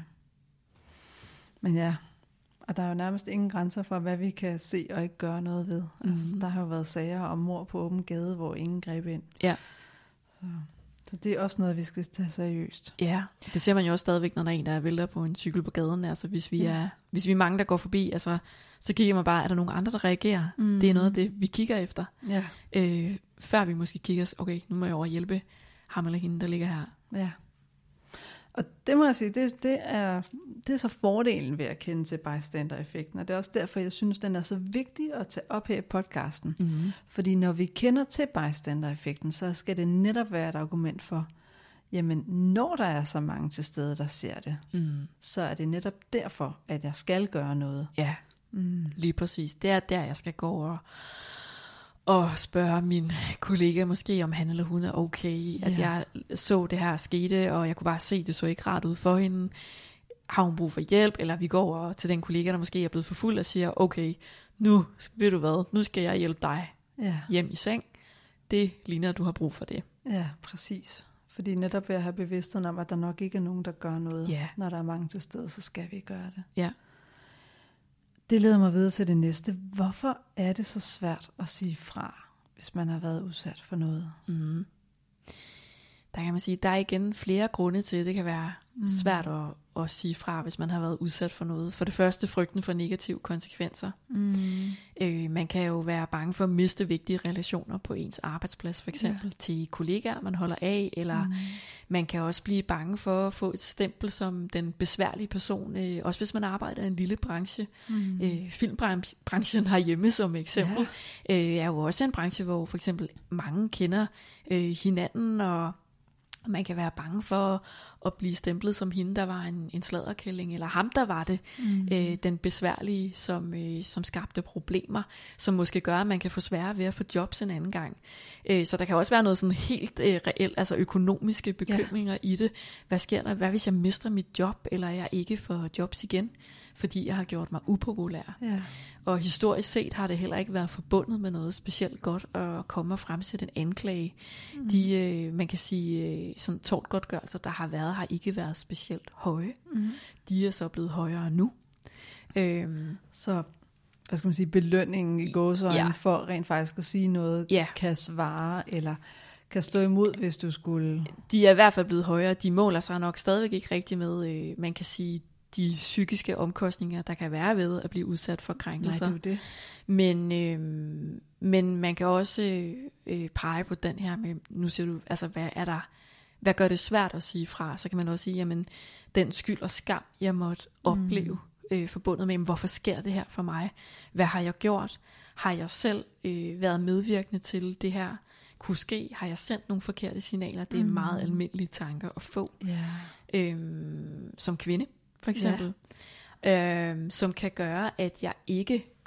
Men ja... Og der er jo nærmest ingen grænser for, hvad vi kan se og ikke gøre noget ved. Mm-hmm. Altså, der har jo været sager om mord på åben gade, hvor ingen greb ind. Ja. Så, så det er også noget, vi skal tage seriøst. Ja, det ser man jo også stadigvæk, når der er en, der vælter på en cykel på gaden. Altså, hvis vi, ja. er, hvis vi er mange, der går forbi, altså, så kigger man bare, er der nogen andre, der reagerer? Mm. Det er noget af det, vi kigger efter. Ja. Øh, før vi måske kigger, okay, nu må jeg over hjælpe ham eller hende, der ligger her. Ja. Og det må jeg sige, det, det, er, det er så fordelen ved at kende til bystander-effekten, og det er også derfor, jeg synes, den er så vigtig at tage op her i podcasten. Mm-hmm. Fordi når vi kender til bystander-effekten, så skal det netop være et argument for, jamen når der er så mange til stede, der ser det, mm. så er det netop derfor, at jeg skal gøre noget. Ja, mm. lige præcis. Det er der, jeg skal gå og... og spørge min kollega måske, om han eller hun er okay, at ja. jeg så det her skete, og jeg kunne bare se, at det så ikke rart ud for hende. Har hun brug for hjælp, eller vi går over til den kollega, der måske er blevet for fuld, og siger, okay, nu ved du hvad, nu skal jeg hjælpe dig ja. hjem i seng. Det ligner, at du har brug for det. Ja, præcis. Fordi netop ved at have bevidstheden om, at der nok ikke er nogen, der gør noget. Ja. Når der er mange til stede, så skal vi gøre det. Ja. Det leder mig videre til det næste. Hvorfor er det så svært at sige fra, hvis man har været udsat for noget? Mm. Der kan man sige, der er igen flere grunde til, at det kan være mm. svært at, at sige fra, hvis man har været udsat for noget. For det første, frygten for negative konsekvenser. Mm. Øh, man kan jo være bange for at miste vigtige relationer på ens arbejdsplads, for eksempel ja. til kollegaer, man holder af, eller mm. man kan også blive bange for at få et stempel som den besværlige person, øh, også hvis man arbejder i en lille branche. Mm. Øh, filmbranchen herhjemme som eksempel, ja. øh, er jo også en branche, hvor for eksempel mange kender øh, hinanden, og Og man kan være bange for at blive stemplet som hende, der var en, en sladderkælling, eller ham, der var det, mm. øh, den besværlige, som, øh, som skabte problemer, som måske gør, at man kan få sværere ved at få jobs en anden gang. Øh, så der kan også være noget sådan helt øh, reelt, altså økonomiske bekymringer ja. i det. Hvad sker der? Hvad hvis jeg mister mit job, eller jeg ikke får jobs igen, fordi jeg har gjort mig upopulær? Ja. Og historisk set har det heller ikke været forbundet med noget specielt godt at komme og fremsætte en anklage. Mm. De, øh, man kan sige, øh, sådan tortgodtgørelser, der har været, har ikke været specielt høje. Mm. De er så blevet højere nu. Øhm, så, hvad skal man sige, belønningen i gåseøjne ja. for rent faktisk at sige noget, ja. kan svare, eller kan stå imod, hvis du skulle... De er i hvert fald blevet højere. De måler sig nok stadigvæk ikke rigtigt med, øh, man kan sige, de psykiske omkostninger, der kan være ved at blive udsat for krænkelser. Nej, det er jo det. Men, øh, men man kan også øh, pege på den her med, nu siger du, altså hvad er der, hvad gør det svært at sige fra? Så kan man også sige, jamen den skyld og skam, jeg måtte opleve, mm. øh, forbundet med, hvorfor sker det her for mig? Hvad har jeg gjort? Har jeg selv øh, været medvirkende til det her? Kunne ske? Har jeg sendt nogle forkerte signaler? Det er mm. meget almindelige tanker at få yeah. øh, som kvinde. For eksempel, ja. øhm, som kan gøre, at jeg ikke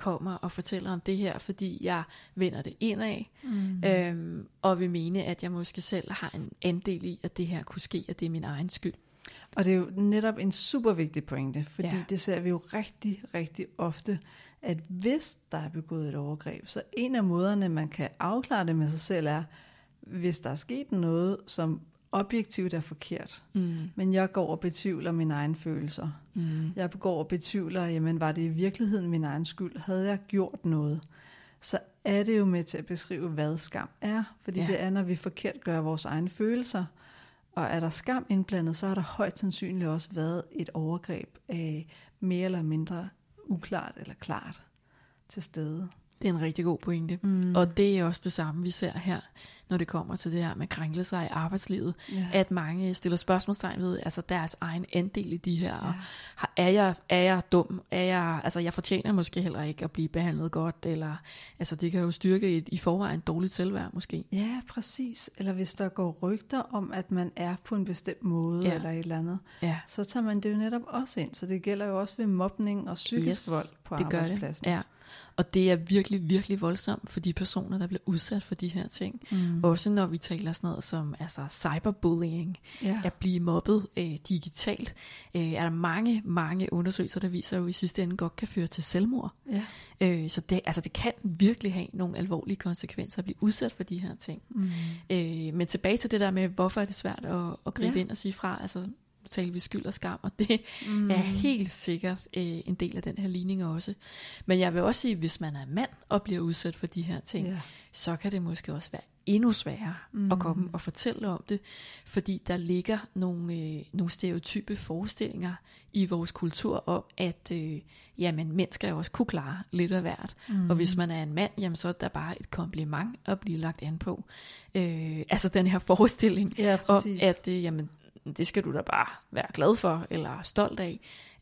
kommer og fortæller om det her, fordi jeg vender det indad, mm. øhm, og vil mene, at jeg måske selv har en andel i, at det her kunne ske, og det er min egen skyld. Og det er jo netop en super vigtig pointe, fordi Ja. det ser vi jo rigtig, rigtig ofte, at hvis der er begået et overgreb, så en af måderne, man kan afklare det med sig selv, er, hvis der er sket noget, som objektivt er forkert, mm. men jeg går og betvivler mine egne følelser. Mm. Jeg går og betvivler, jamen var det i virkeligheden min egen skyld? Havde jeg gjort noget? Så er det jo med til at beskrive, hvad skam er. Fordi ja. det er, når vi forkert gør vores egne følelser. Og er der skam indblandet, så har der højst sandsynligt også været et overgreb af mere eller mindre uklart eller klart til stede. Det er en rigtig god pointe. Mm. Og det er også det samme, vi ser her, når det kommer til det her med krænkelser i arbejdslivet. Ja. At mange stiller spørgsmålstegn ved altså deres egen andel i de her. Ja. Og er, jeg, er jeg dum? Er jeg, altså jeg fortjener måske heller ikke at blive behandlet godt. Eller, altså det kan jo styrke et i forvejen dårligt selvværd måske. Ja, præcis. Eller hvis der går rygter om, at man er på en bestemt måde ja. eller et eller andet. Ja. Så tager man det jo netop også ind. Så det gælder jo også ved mobning og psykisk yes, vold på det arbejdspladsen. Gør det. Ja. Og det er virkelig, virkelig voldsomt for de personer, der bliver udsat for de her ting. Mm. Også når vi taler sådan noget som altså cyberbullying, yeah. at blive mobbet øh, digitalt, øh, er der mange, mange undersøgelser, der viser jo i sidste ende godt kan føre til selvmord. Yeah. Øh, så det, altså det kan virkelig have nogle alvorlige konsekvenser at blive udsat for de her ting. Mm. Øh, men tilbage til det der med, hvorfor er det svært at, at gribe yeah. ind og sige fra, altså nu taler vi skyld og skam, og det mm. er helt sikkert øh, en del af den her ligning også. Men jeg vil også sige, hvis man er mand og bliver udsat for de her ting, yeah. så kan det måske også være endnu sværere mm. at komme og fortælle om det, fordi der ligger nogle, øh, nogle stereotype forestillinger i vores kultur om, at øh, jamen, mænd skal jo også kunne klare lidt af hvert. Mm. Og hvis man er en mand, jamen, så er der bare et kompliment at blive lagt an på. Øh, altså den her forestilling ja, om, at øh, jamen, det skal du da bare være glad for, eller stolt af.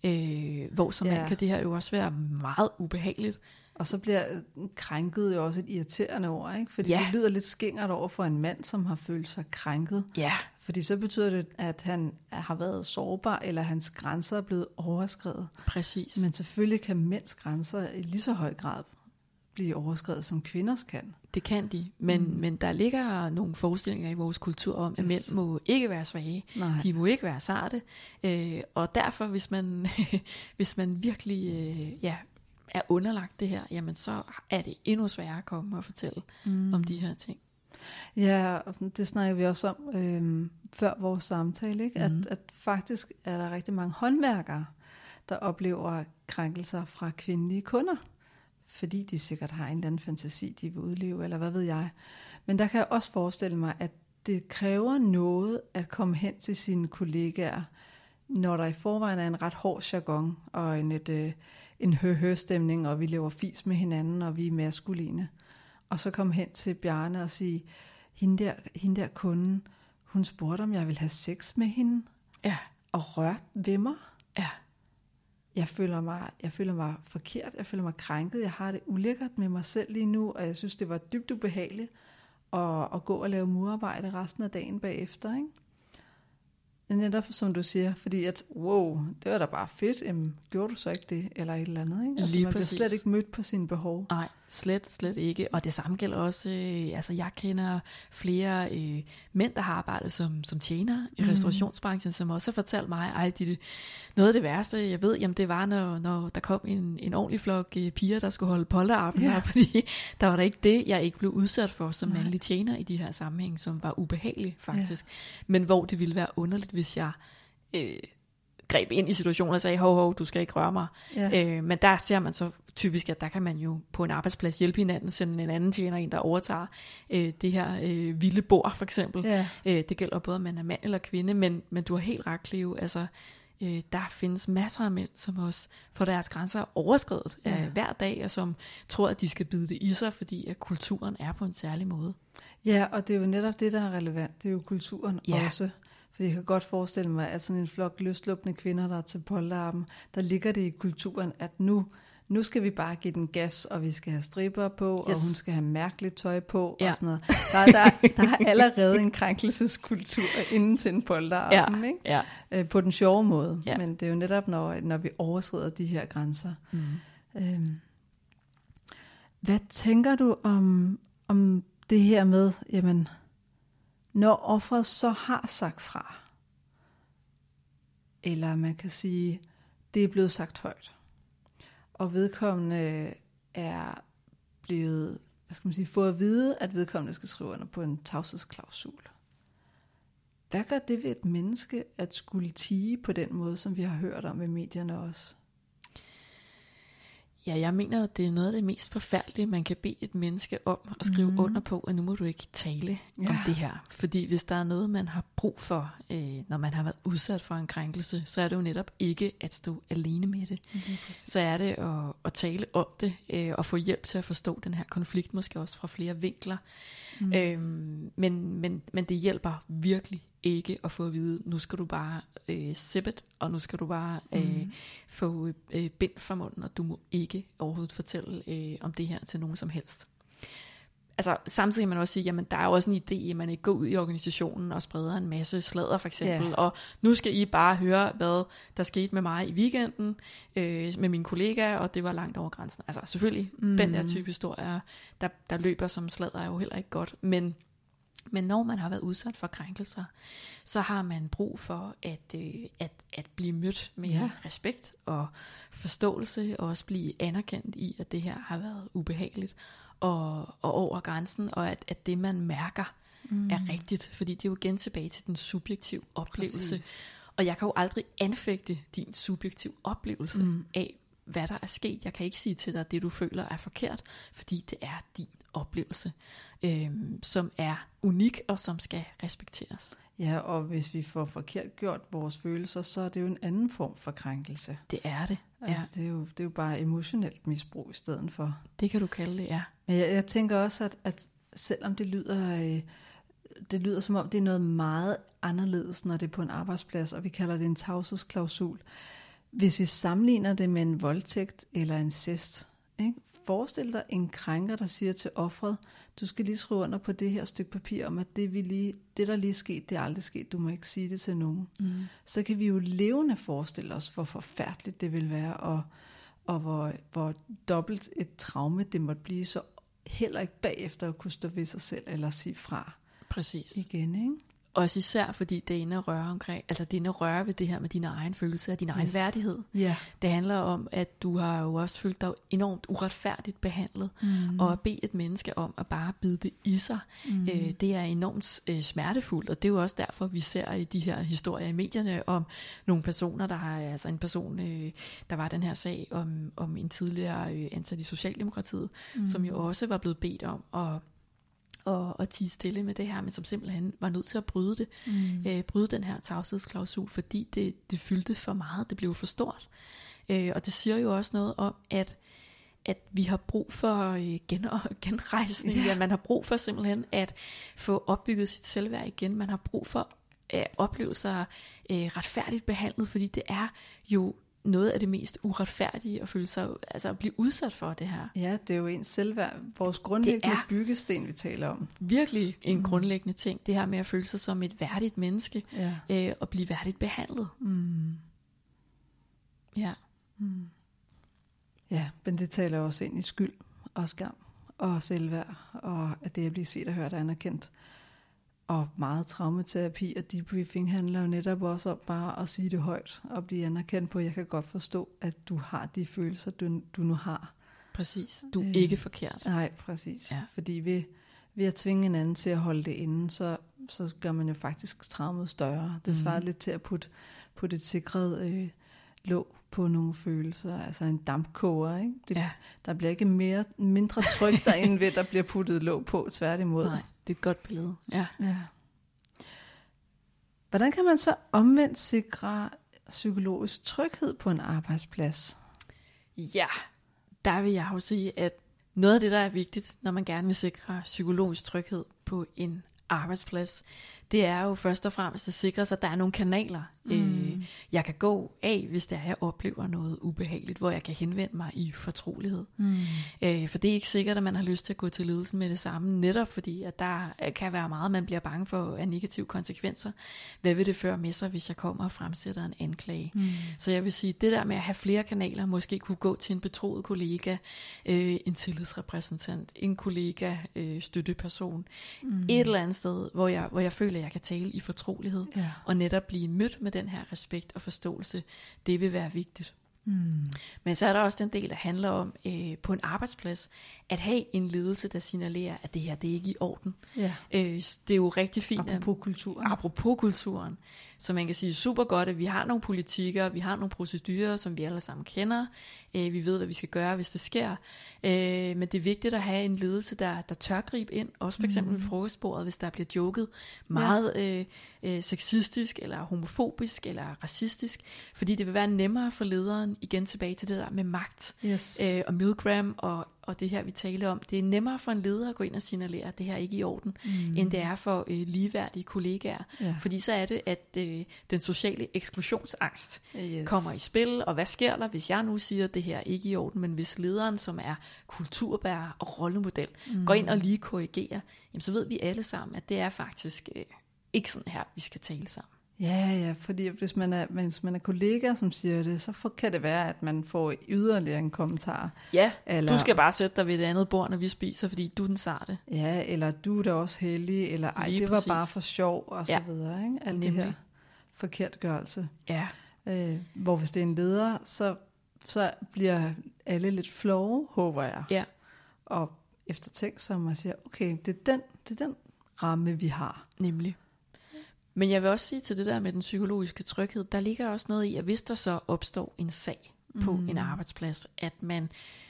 Øh, hvor som ja. mand kan det her jo også være meget ubehageligt. Og så bliver krænket jo også et irriterende ord, ikke? Fordi ja. det lyder lidt skingert over for en mand, som har følt sig krænket. Ja. Fordi så betyder det, at han har været sårbar, eller hans grænser er blevet overskredet. Præcis. Men selvfølgelig kan mænds grænser i lige så høj grad blive overskredet, som kvinders kan. Det kan de, men, mm. men der ligger nogle forestillinger i vores kultur om, at yes. mænd må ikke være svage, Nej. de må ikke være sarte, øh, og derfor, hvis man, hvis man virkelig øh, ja, er underlagt det her, jamen så er det endnu sværere at komme og fortælle mm. om de her ting. Ja, det snakker vi også om øh, før vores samtale, ikke? Mm. At, at faktisk er der rigtig mange håndværkere, der oplever krænkelser fra kvindelige kunder, fordi de sikkert har en eller anden fantasi, de vil udleve, eller hvad ved jeg. Men der kan jeg også forestille mig, at det kræver noget at komme hen til sine kollegaer, når der i forvejen er en ret hård jargon, og en, et, øh, en hø-hø-stemning, og vi lever fis med hinanden, og vi er maskuline. Og så komme hen til Bjarne og sige, hende der, hende der kunden, hun spurgte, om jeg ville have sex med hende, ja. og rørt ved mig. Ja. Jeg føler, mig, jeg føler mig forkert, jeg føler mig krænket, jeg har det ulækkert med mig selv lige nu, og jeg synes, det var dybt ubehageligt at, at gå og lave murarbejde resten af dagen bagefter, ikke? Netop som du siger, fordi at, wow, det var da bare fedt, jamen, gjorde du så ikke det, eller et eller andet, ikke? Altså, lige man præcis. bliver slet ikke mødt på sine behov. Nej, slet, slet ikke. Og det samme gælder også, øh, altså jeg kender flere øh, mænd, der har arbejdet som, som tjener i mm. restaurationsbranchen, som også har fortalt mig, ej, det, noget af det værste, jeg ved, jamen det var, når, når der kom en, en ordentlig flok øh, piger, der skulle holde polterabend, yeah. fordi der var der ikke det, jeg ikke blev udsat for som Nej. mandlig tjener i de her sammenhæng, som var ubehageligt faktisk, yeah. men hvor det ville være underligt, hvis jeg øh, greb ind i situationen og sagde, hov, hov, du skal ikke røre mig. Ja. Øh, men der ser man så typisk, at der kan man jo på en arbejdsplads hjælpe hinanden, sende en anden tjener ind, der overtager øh, det her øh, vilde bord, for eksempel. Ja. Øh, det gælder både, om man er mand eller kvinde, men, men du har helt ret, Cleo. Altså, øh, der findes masser af mænd, som også får deres grænser overskredet ja. øh, hver dag, og som tror, at de skal bide det i sig, fordi at kulturen er på en særlig måde. Ja, og det er jo netop det, der er relevant. Det er jo kulturen ja. også. Fordi jeg kan godt forestille mig, at sådan en flok løsluppende kvinder, der er til polterappen, der ligger det i kulturen, at nu, nu skal vi bare give den gas, og vi skal have stripper på, yes. og hun skal have mærkeligt tøj på, ja. og sådan noget. Der, der, der er allerede en krænkelseskultur inden til en polterappen, ja. ikke? Ja. Øh, på den sjove måde. Ja. Men det er jo netop, når, når vi overskrider de her grænser. Mm. Øhm. Hvad tænker du om, om det her med, jamen, når offeret så har sagt fra, eller man kan sige, det er blevet sagt højt, og vedkommende er blevet, hvad skal man sige, fået at vide, at vedkommende skal skrive under på en tavshedsklausul. Hvad gør det ved et menneske at skulle tie på den måde, som vi har hørt om i medierne også? Ja, jeg mener jo, det er noget af det mest forfærdelige, man kan bede et menneske om at skrive mm. under på, at nu må du ikke tale ja. om det her. Fordi hvis der er noget, man har brug for, øh, når man har været udsat for en krænkelse, så er det jo netop ikke at stå alene med det. Mm, så er det at, at tale om det, øh, og få hjælp til at forstå den her konflikt, måske også fra flere vinkler. Mm. Øhm, men, men, men det hjælper virkelig ikke at få at vide, nu skal du bare øh, sippet, og nu skal du bare øh, mm. få øh, bind fra munden, og du må ikke overhovedet fortælle øh, om det her til nogen som helst. Altså samtidig kan man også sige, jamen der er jo også en idé, at man ikke går ud i organisationen og spreder en masse sladder for eksempel, yeah. og nu skal I bare høre, hvad der skete med mig i weekenden, øh, med mine kollegaer, og det var langt over grænsen. Altså selvfølgelig, mm. den der type historier, der, der løber som sladder, er jo heller ikke godt, men Men når man har været udsat for krænkelser, så har man brug for at, øh, at, at blive mødt med ja. respekt og forståelse, og også blive anerkendt i, at det her har været ubehageligt og, og over grænsen, og at, at det man mærker mm. er rigtigt, fordi det er jo igen tilbage til den subjektive oplevelse. Præcis. Og jeg kan jo aldrig anfægte din subjektive oplevelse mm. af, hvad der er sket. Jeg kan ikke sige til dig, at det du føler er forkert, fordi det er din oplevelse, øhm, som er unik og som skal respekteres. Ja, og hvis vi får forkert gjort vores følelser, så er det jo en anden form for krænkelse. Det er det. Altså, ja. det, er jo, det er jo bare emotionelt misbrug i stedet for. Det kan du kalde det, ja. Men jeg, jeg tænker også, at, at selvom det lyder, øh, det lyder som om, det er noget meget anderledes, når det er på en arbejdsplads, og vi kalder det en tavshedsklausul. Hvis vi sammenligner det med en voldtægt eller incest, ikke? Forestil dig en krænker, der siger til offeret, du skal lige skrive under på det her stykke papir om, at det, vi lige, det der lige er sket, det er aldrig sket, du må ikke sige det til nogen. Mm. Så kan vi jo levende forestille os, hvor forfærdeligt det vil være, og, og hvor, hvor dobbelt et traume det måtte blive, så heller ikke bagefter at kunne stå ved sig selv, eller sige fra. Præcis. Igen, ikke? Også især fordi det er inde at røre omkring, altså det er inde at røre ved det her med din egen følelse af din yes. egen værdighed. Yeah. Det handler om, at du har jo også følt dig enormt uretfærdigt behandlet, mm. og at bede et menneske om at bare bide det i sig, mm. øh, det er enormt øh, smertefuldt, og det er jo også derfor, vi ser i de her historier i medierne om nogle personer, der har, altså en person, øh, der var den her sag om, om en tidligere øh, ansat i Socialdemokratiet, mm. som jo også var blevet bedt om at og, og tie stille med det her, men som simpelthen var nødt til at bryde det, mm. øh, bryde den her tavshedsklausul, fordi det, det fyldte for meget, det blev for stort. Øh, og det siger jo også noget om, at, at vi har brug for øh, gen- genrejsning, yeah. ja, man har brug for simpelthen at få opbygget sit selvværd igen, man har brug for at opleve sig øh, retfærdigt behandlet, fordi det er jo noget af det mest uretfærdige at føle sig, altså at blive udsat for det her. Ja, det er jo ens selvværd, vores grundlæggende byggesten, vi taler om. Virkelig en mm. grundlæggende ting, det her med at føle sig som et værdigt menneske, ja. øh, og blive værdigt behandlet. Mm. Ja. Mm. Ja, men det taler også ind i skyld og skam og selvværd, og at det at blive set og hørt og anerkendt. Og meget traumaterapi og debriefing handler jo netop også om bare at sige det højt og blive anerkendt på, at jeg kan godt forstå, at du har de følelser, du, du nu har. Præcis. Du er øh, ikke forkert. Nej, præcis. Ja. Fordi ved, ved at tvinge en anden til at holde det inde, så, så gør man jo faktisk traumet større. Det svarer mm. lidt til at putte, putte et sikret øh, låg på nogle følelser, altså en dampkoger, ikke? Det, ja. Der bliver ikke mere, mindre tryk derinde ved, der bliver puttet låg på, tværtimod. Nej. Det er et godt billede. Ja. Ja. Hvordan kan man så omvendt sikre psykologisk tryghed på en arbejdsplads? Ja, der vil jeg jo sige, at noget af det, der er vigtigt, når man gerne vil sikre psykologisk tryghed på en arbejdsplads, det er jo først og fremmest at sikre sig, at der er nogle kanaler, mm. øh, jeg kan gå af, hvis der jeg oplever noget ubehageligt, hvor jeg kan henvende mig i fortrolighed. Mm. Øh, for det er ikke sikkert, at man har lyst til at gå til ledelsen med det samme, netop fordi, at der kan være meget, man bliver bange for af negative konsekvenser. Hvad vil det føre med sig, hvis jeg kommer og fremsætter en anklage? Mm. Så jeg vil sige, det der med at have flere kanaler, måske kunne gå til en betroet kollega, øh, en tillidsrepræsentant, en kollega, øh, støtteperson, mm. et eller andet sted, hvor jeg, hvor jeg føler, at jeg kan tale i fortrolighed, ja. Og netop blive mødt med den her respekt og forståelse, det vil være vigtigt. Mm. Men så er der også den del, der handler om øh, på en arbejdsplads, at have en ledelse, der signalerer, at det her, det er ikke i orden. Ja. Øh, det er jo rigtig fint. Apropos kulturen. Apropos kulturen. Så man kan sige super godt, at vi har nogle politikker, vi har nogle procedurer, som vi alle sammen kender. Øh, vi ved, hvad vi skal gøre, hvis det sker. Øh, men det er vigtigt at have en ledelse, der, der tør gribe ind. Også for eksempel ved frokostbordet, hvis der bliver joket meget ja. øh, øh, sexistisk, eller homofobisk, eller racistisk. Fordi det vil være nemmere for lederen, igen tilbage til det der med magt. Yes. Øh, og Milgram og og det her vi taler om, det er nemmere for en leder at gå ind og signalere, at det her ikke er i orden, mm. end det er for øh, ligeværdige kollegaer. Ja. Fordi så er det, at øh, den sociale eksklusionsangst yes. kommer i spil, og hvad sker der, hvis jeg nu siger, at det her ikke er i orden, men hvis lederen, som er kulturbærer og rollemodel, mm. går ind og lige korrigerer, jamen, så ved vi alle sammen, at det er faktisk øh, ikke sådan her, vi skal tale sammen. Ja, ja, fordi hvis man er, hvis man er kollega, som siger det, så kan det være, at man får yderligere en kommentar. Ja, eller, du skal bare sætte dig ved et andet bord, når vi spiser, fordi du er den sarte. Ja, eller du er da også heldig, eller ej, lige det præcis. Var bare for sjov, og så ja. Videre. Ikke? Alt det her forkertgørelse. Ja. Øh, hvor hvis det er en leder, så, så bliver alle lidt flowe, håber jeg. Ja. Og eftertænkt sig, man siger, okay, det er, den, det er den ramme, vi har. Nemlig. Men jeg vil også sige til det der med den psykologiske tryghed, der ligger også noget i, at hvis der så opstår en sag på mm. en arbejdsplads, at man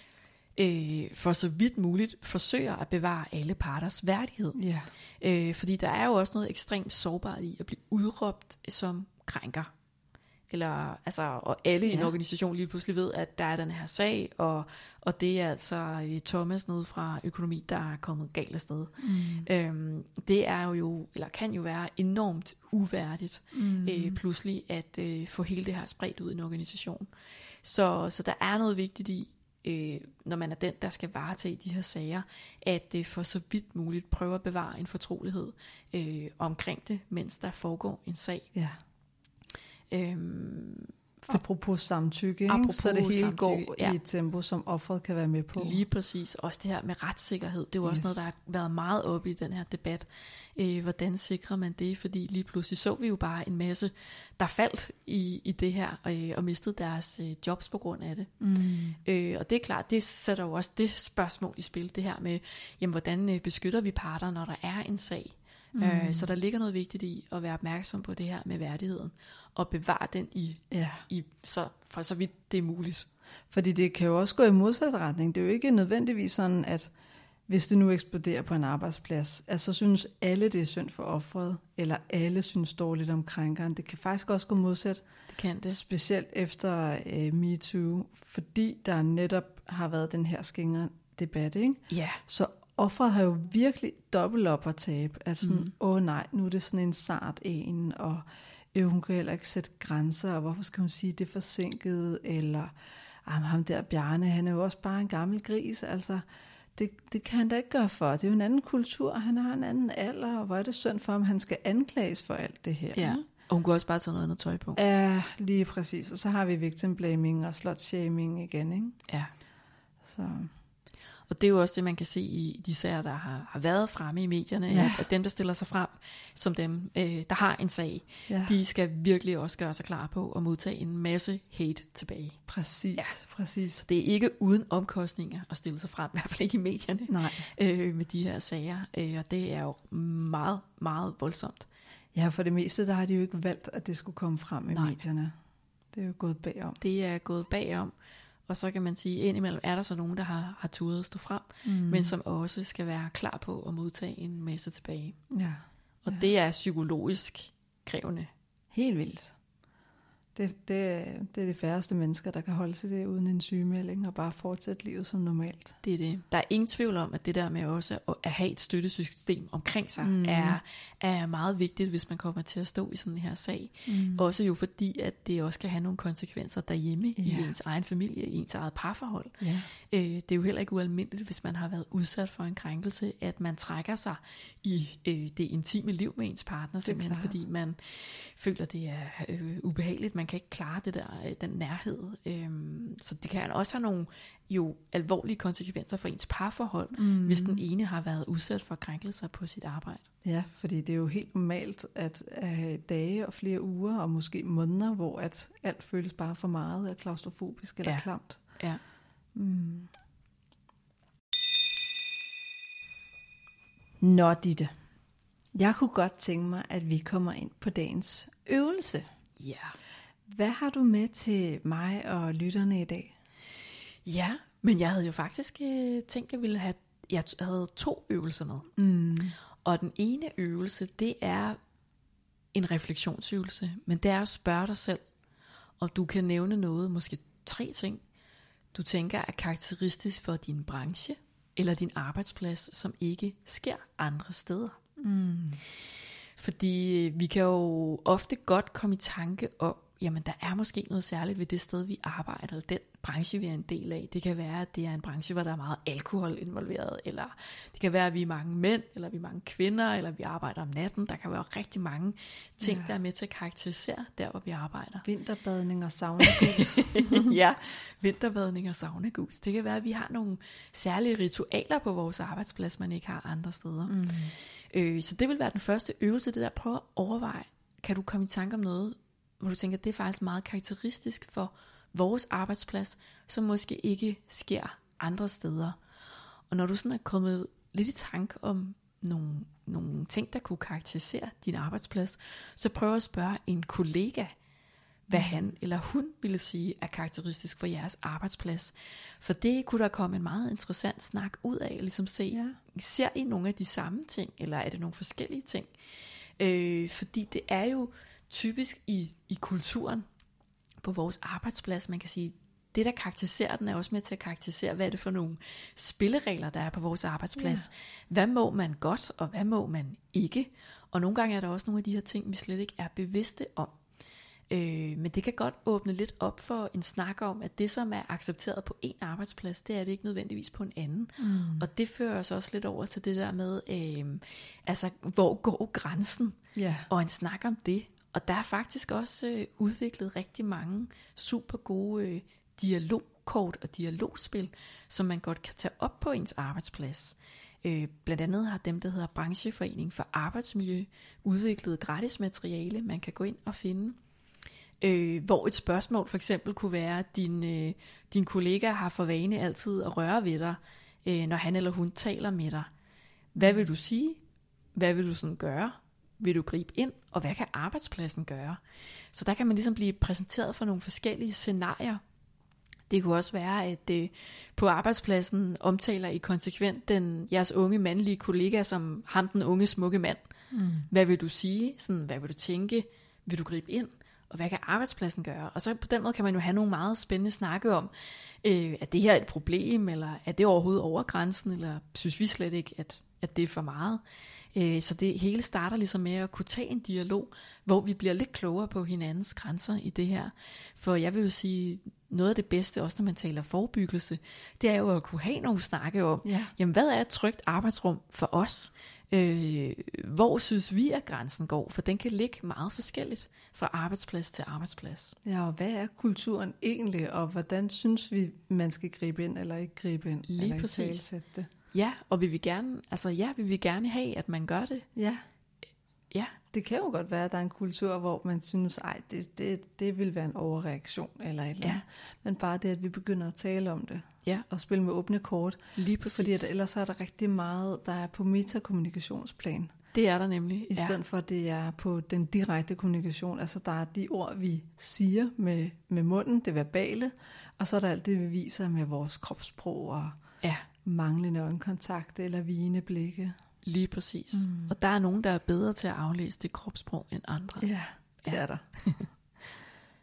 øh, for så vidt muligt forsøger at bevare alle parters værdighed. Yeah. Øh, fordi der er jo også noget ekstremt sårbart i at blive udråbt som krænker. Eller, altså, og alle ja. I en organisation lige pludselig ved, at der er den her sag, og, og det er altså Thomas nede fra økonomi, der er kommet galt af sted. Mm. Øhm, det er jo, eller kan jo være enormt uværdigt, mm. øh, pludselig at øh, få hele det her spredt ud i en organisation. Så, så der er noget vigtigt i, øh, når man er den, der skal varetage de her sager, at øh, for så vidt muligt prøve at bevare en fortrolighed øh, omkring det, mens der foregår en sag. Ja. Øhm, for, apropos samtykke, apropos så det hele samtykke, går ja. I et tempo, som offeret kan være med på. Lige præcis. Også det her med retssikkerhed, det er jo yes. også noget, der har været meget oppe i den her debat. Øh, hvordan sikrer man det? Fordi lige pludselig så vi jo bare en masse, der faldt i, i det her, øh, og mistede deres øh, jobs på grund af det. Mm. Øh, og det er klart, det sætter jo også det spørgsmål i spil, det her med, jamen, hvordan øh, beskytter vi parter, når der er en sag? Mm. Øh, så der ligger noget vigtigt i at være opmærksom på det her med værdigheden og bevare den i, ja. i så, for så vidt det er muligt. Fordi det kan jo også gå i modsat retning. Det er jo ikke nødvendigvis sådan, at hvis det nu eksploderer på en arbejdsplads, at så synes alle, det er synd for offeret, eller alle synes dårligt om krænkeren. Det kan faktisk også gå modsat. Det kan det. Specielt efter uh, MeToo, fordi der netop har været den her skingre debat, ikke? Ja. Så offeret har jo virkelig dobbelt op at tabe. At sådan, mm. åh nej, nu er det sådan en sart en, og øh, hun kan heller ikke sætte grænser, og hvorfor skal hun sige, det er forsinket, eller ham der Bjarne, han er jo også bare en gammel gris, altså det, det kan han da ikke gøre for. Det er jo en anden kultur, han har en anden alder, og hvor er det synd for ham, han skal anklages for alt det her. Ja. Og hun kunne også bare tage noget andet tøj på. Ja, lige præcis. Og så har vi victim blaming og slut shaming igen, ikke? Ja. Så... Og det er jo også det, man kan se i de sager, der har, har været fremme i medierne, ja. At dem, der stiller sig frem som dem, øh, der har en sag, ja. De skal virkelig også gøre sig klar på at modtage en masse hate tilbage. Præcis, ja. Præcis. Så det er ikke uden omkostninger at stille sig frem, i hvert fald ikke i medierne, Nej. Øh, med de her sager. Øh, og det er jo meget, meget voldsomt. Ja, for det meste, der har de jo ikke valgt, at det skulle komme frem i Nej. Medierne. Det er jo gået bagom. Det er gået bagom. Og så kan man sige, indimellem er der så nogen, der har, har turet at stå frem, mm. men som også skal være klar på at modtage en masse tilbage. Ja. Og ja. Det er psykologisk krævende. Helt vildt. Det, det, det er de færreste mennesker, der kan holde sig det uden en sygemelding og bare fortsætte livet som normalt. Det er det. Der er ingen tvivl om, at det der med også at have et støttesystem omkring sig, mm. er, er meget vigtigt, hvis man kommer til at stå i sådan en her sag. Mm. Også jo fordi, at det også kan have nogle konsekvenser derhjemme ja. i ens egen familie, i ens eget parforhold. Ja. Øh, det er jo heller ikke ualmindeligt, hvis man har været udsat for en krænkelse, at man trækker sig i øh, det intime liv med ens partner, simpelthen fordi man føler, det er øh, ubehageligt. Man kan ikke klare det der, den nærhed. Øhm, så det kan også have nogle jo alvorlige konsekvenser for ens parforhold, mm. hvis den ene har været udsat for krænkelser på sit arbejde. Ja, fordi det er jo helt normalt at have dage og flere uger og måske måneder, hvor at alt føles bare for meget, eller klaustrofobisk eller ja. klamt. Ja. Mm. Nå, Ditte. Jeg kunne godt tænke mig, at vi kommer ind på dagens øvelse. Ja. Hvad har du med til mig og lytterne i dag? Ja, men jeg havde jo faktisk øh, tænkt, at jeg ville have, jeg havde to øvelser med. Mm. Og den ene øvelse, det er en refleksionsøvelse, men det er at spørge dig selv, og du kan nævne noget, måske tre ting, du tænker er karakteristisk for din branche eller din arbejdsplads, som ikke sker andre steder. Mm. Fordi vi kan jo ofte godt komme i tanke om, jamen der er måske noget særligt ved det sted, vi arbejder, eller den branche, vi er en del af. Det kan være, at det er en branche, hvor der er meget alkohol involveret, eller det kan være, at vi er mange mænd, eller vi er mange kvinder, eller vi arbejder om natten. Der kan være rigtig mange ting, ja. der er med til at karakterisere der, hvor vi arbejder. Vinterbadning og saunagus. Ja, vinterbadning og saunagus. Det kan være, at vi har nogle særlige ritualer på vores arbejdsplads, man ikke har andre steder. Mm. Øh, så det vil være den første øvelse, det der prøve at overveje. Kan du komme i tanke om noget, hvor du tænker, at det er faktisk meget karakteristisk for vores arbejdsplads, som måske ikke sker andre steder. Og når du sådan er kommet lidt i tanke om nogle, nogle ting, der kunne karakterisere din arbejdsplads, så prøv at spørge en kollega, hvad han eller hun ville sige er karakteristisk for jeres arbejdsplads. For det kunne der komme en meget interessant snak ud af, ligesom se, ja. ser I nogle af de samme ting, eller er det nogle forskellige ting? Øh, fordi det er jo typisk i, i kulturen på vores arbejdsplads, man kan sige, det der karakteriserer den er også med til at karakterisere, hvad er det for nogle spilleregler, der er på vores arbejdsplads. Ja. Hvad må man godt, og hvad må man ikke? Og nogle gange er der også nogle af de her ting, vi slet ikke er bevidste om. Øh, men det kan godt åbne lidt op for en snak om, at det som er accepteret på en arbejdsplads, det er det ikke nødvendigvis på en anden. Mm. Og det fører os også lidt over til det der med, øh, altså hvor går grænsen? Yeah. Og en snak om det. Og der er faktisk også øh, udviklet rigtig mange super gode øh, dialogkort og dialogspil, som man godt kan tage op på ens arbejdsplads. Øh, blandt andet har dem, der hedder Brancheforening for Arbejdsmiljø, udviklet gratis materiale, man kan gå ind og finde. Øh, hvor et spørgsmål for eksempel kunne være, at din, øh, din kollega har for vane altid at røre ved dig, øh, når han eller hun taler med dig. Hvad vil du sige? Hvad vil du sådan gøre? Vil du gribe ind? Og hvad kan arbejdspladsen gøre? Så der kan man ligesom blive præsenteret for nogle forskellige scenarier. Det kunne også være, at øh, på arbejdspladsen omtaler I konsekvent den, jeres unge mandlige kollega som ham den unge smukke mand. Mm. Hvad vil du sige? Sådan, hvad vil du tænke? Vil du gribe ind? Og hvad kan arbejdspladsen gøre? Og så på den måde kan man jo have nogle meget spændende snakke om, øh, er det her et problem, eller er det overhovedet over grænsen, eller synes vi slet ikke, at, at det er for meget? Øh, så det hele starter ligesom med at kunne tage en dialog, hvor vi bliver lidt klogere på hinandens grænser i det her. For jeg vil jo sige, noget af det bedste, også når man taler forebyggelse, det er jo at kunne have nogle snakke om, ja. Jamen hvad er et trygt arbejdsrum for os? Øh, hvor synes vi, at grænsen går? For den kan ligge meget forskelligt fra arbejdsplads til arbejdsplads. Ja, og hvad er kulturen egentlig, og hvordan synes vi, man skal gribe ind eller ikke gribe ind? Lige eller præcis. Det? Ja, og vil vi gerne, altså ja, vil vi gerne have, at man gør det? Ja. Ja. Det kan jo godt være, at der er en kultur, hvor man synes, ej, det, det, det vil være en overreaktion eller et eller andet. Ja. Men bare det, at vi begynder at tale om det. Ja. Og spille med åbne kort. Lige præcis. Fordi at ellers er der rigtig meget, der er på metakommunikationsplan. Det er der nemlig. I stedet ja. for, at det er på den direkte kommunikation. Altså der er de ord, vi siger med, med munden, det verbale. Og så er der alt det, vi viser med vores kropssprog og ja. manglende øjenkontakt eller vigende blikke. Lige præcis. Mm. Og der er nogen, der er bedre til at aflæse det kropssprog end andre. Ja, det ja. er der.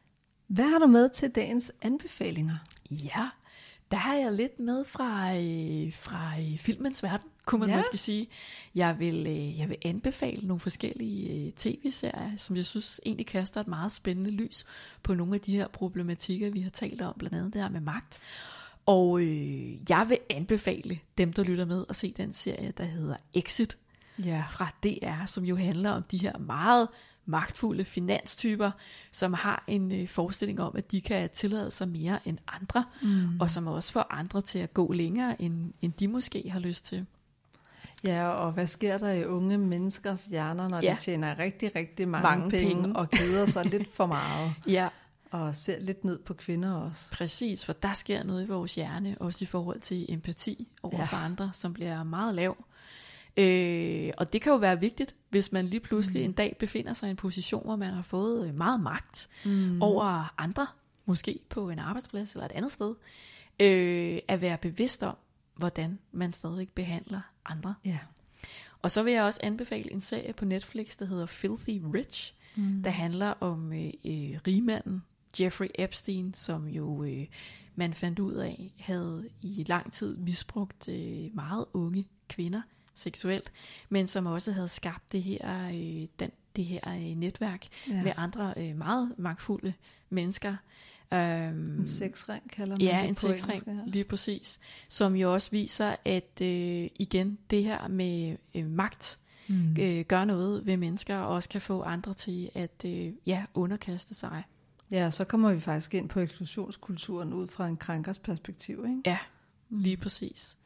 Hvad har du med til dagens anbefalinger? Ja, der har jeg lidt med fra, øh, fra øh, filmens verden, kunne man ja. måske sige. Jeg vil, øh, jeg vil anbefale nogle forskellige øh, tv-serier, som jeg synes egentlig kaster et meget spændende lys på nogle af de her problematikker, vi har talt om, blandt andet det her med magt. Og øh, jeg vil anbefale dem, der lytter med, at se den serie, der hedder Exit ja. fra D R, som jo handler om de her meget magtfulde finanstyper, som har en øh, forestilling om, at de kan tillade sig mere end andre, mm. og som også får andre til at gå længere, end, end de måske har lyst til. Ja, og hvad sker der i unge menneskers hjerner, når ja. de tjener rigtig, rigtig mange, mange penge, penge, og keder sig lidt for meget? Ja. Og ser lidt ned på kvinder også. Præcis, for der sker noget i vores hjerne, også i forhold til empati over ja. for andre, som bliver meget lav. Øh, og det kan jo være vigtigt, hvis man lige pludselig mm. en dag befinder sig i en position, hvor man har fået meget magt mm. over andre, måske på en arbejdsplads eller et andet sted, øh, at være bevidst om, hvordan man stadigvæk behandler andre. Ja. Og så vil jeg også anbefale en serie på Netflix, der hedder Filthy Rich, mm. der handler om øh, øh, rigmanden Jeffrey Epstein, som jo øh, man fandt ud af, havde i lang tid misbrugt øh, meget unge kvinder seksuelt, men som også havde skabt det her, øh, den, det her øh, netværk ja. med andre øh, meget magtfulde mennesker. Um, en sexring kalder man ja, det en på sexring, engelsk, lige præcis. Som jo også viser, at øh, igen, det her med øh, magt mm. øh, gør noget ved mennesker, og også kan få andre til at øh, ja, underkaste sig. Ja, så kommer vi faktisk ind på eksklusionskulturen ud fra en krænkers perspektiv, ikke? Ja, lige præcis.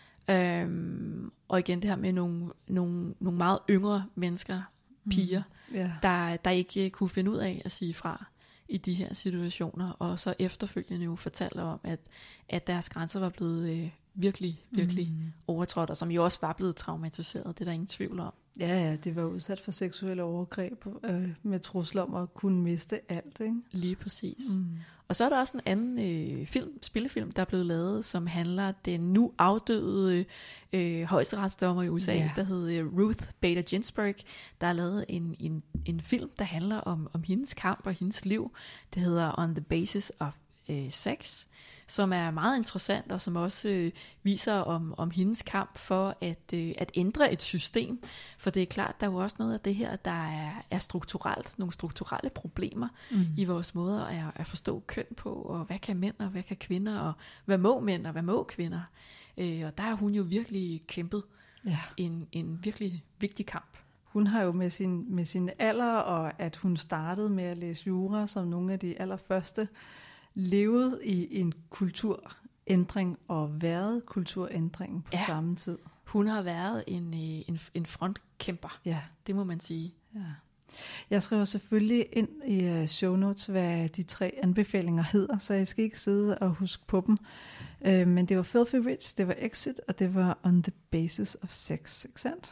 Øhm, og igen det her med nogle, nogle, nogle meget yngre mennesker, piger, mm. yeah. der, der ikke kunne finde ud af at sige fra i de her situationer, og så efterfølgende jo fortalte om, at, at deres grænser var blevet øh, virkelig, virkelig mm. overtrådt, og som jo også var blevet traumatiseret, det er der ingen tvivl om. Ja, ja, det var udsat for seksuelle overgreb øh, med trusler om at kunne miste alt, ikke? Lige præcis. Mm. Og så er der også en anden øh, film, spillefilm, der er blevet lavet, som handler den nu afdøde øh, højesteretsdommer i U S A, yeah. der hedder Ruth Bader Ginsburg. Der er lavet en, en, en film, der handler om, om hendes kamp og hendes liv. Det hedder On the Basis of øh, Sex, som er meget interessant, og som også øh, viser om, om hendes kamp for at, øh, at ændre et system. For det er klart, der er jo også noget af det her, der er, er strukturelt, nogle strukturelle problemer mm. i vores måder at, at forstå køn på, og hvad kan mænd, og hvad kan kvinder, og hvad må mænd, og hvad må kvinder. Øh, og der har hun jo virkelig kæmpet ja. en, en virkelig vigtig kamp. Hun har jo med sin, med sin alder, og at hun startede med at læse jura som nogle af de allerførste, levet i en kulturændring og været kulturændringen på ja. samme tid. Hun har været en, en, en frontkæmper, ja. det må man sige. Ja. Jeg skriver selvfølgelig ind i show notes, hvad de tre anbefalinger hedder, så jeg skal ikke sidde og huske på dem. Men det var Filthy Rich, det var Exit, og det var On the Basis of Sex, ikke sandt?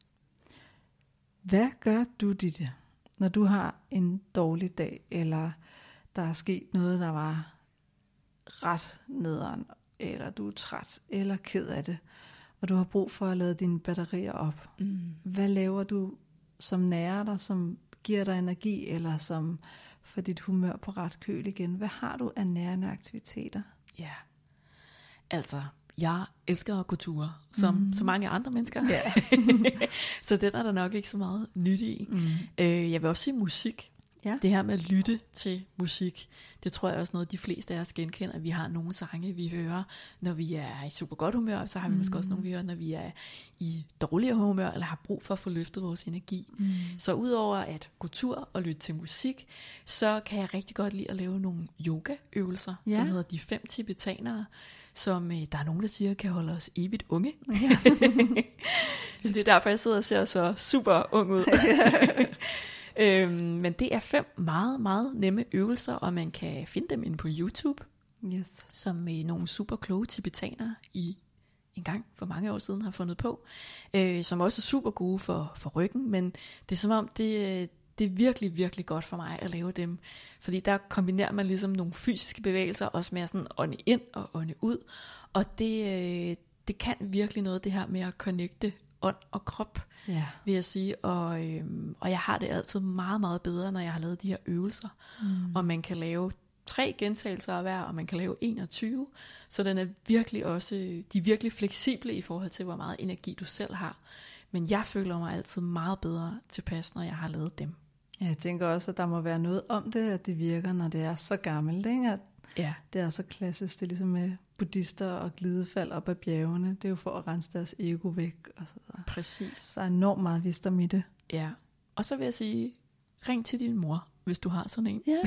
Hvad gør du, Ditte, når du har en dårlig dag, eller der er sket noget, der var ret nederen, eller du er træt, eller ked af det, og du har brug for at lade dine batterier op. Mm. Hvad laver du, som nærer dig, som giver dig energi, eller som får dit humør på ret køl igen? Hvad har du af nærende aktiviteter? Ja, altså, jeg elsker at gå ture, som mm. så mange andre mennesker. Yeah. Så den er der nok ikke så meget nyt i. Mm. Øh, jeg vil også sige musik. Ja. Det her med at lytte til musik, det tror jeg også noget, de fleste af os genkender. Vi har nogle sange, vi hører, når vi er i super godt humør, så har vi mm. måske også nogle, vi hører, når vi er i dårligere humør, eller har brug for at få løftet vores energi. Mm. Så udover at gå tur og lytte til musik, så kan jeg rigtig godt lide at lave nogle yogaøvelser, ja. som hedder de fem tibetanere, som øh, der er nogen, der siger, kan holde os evigt unge. Ja. Så det er derfor, jeg sidder og ser så super ung ud. Øhm, men det er fem meget, meget nemme øvelser, og man kan finde dem inde på YouTube, yes. som øh, nogle super kloge tibetanere i en gang for mange år siden har fundet på, øh, som også er super gode for, for ryggen, men det er som om, det, det er virkelig, virkelig godt for mig at lave dem, fordi der kombinerer man ligesom nogle fysiske bevægelser, også med at sådan ånde ind og ånde ud, og det, øh, det kan virkelig noget, det her med at connecte ånd og krop, yeah. vil jeg sige, og, øhm, og jeg har det altid meget, meget bedre, når jeg har lavet de her øvelser, mm. og man kan lave tre gentagelser af hver, og man kan lave enogtyve. Så den er virkelig også, de er virkelig fleksible i forhold til, hvor meget energi du selv har. Men jeg føler mig altid meget bedre tilpas, når jeg har lavet dem. Ja, jeg tænker også, at der må være noget om det, at det virker, når det er så gammelt, ikke? At ja. Det er så klassisk. Det er ligesom med buddhister og glidefald op ad bjergene. Det er jo for at rense deres ego væk. Og så videre. Præcis. Så er enormt meget visdom i det. Ja, og så vil jeg sige, ring til din mor, hvis du har sådan en. Ja.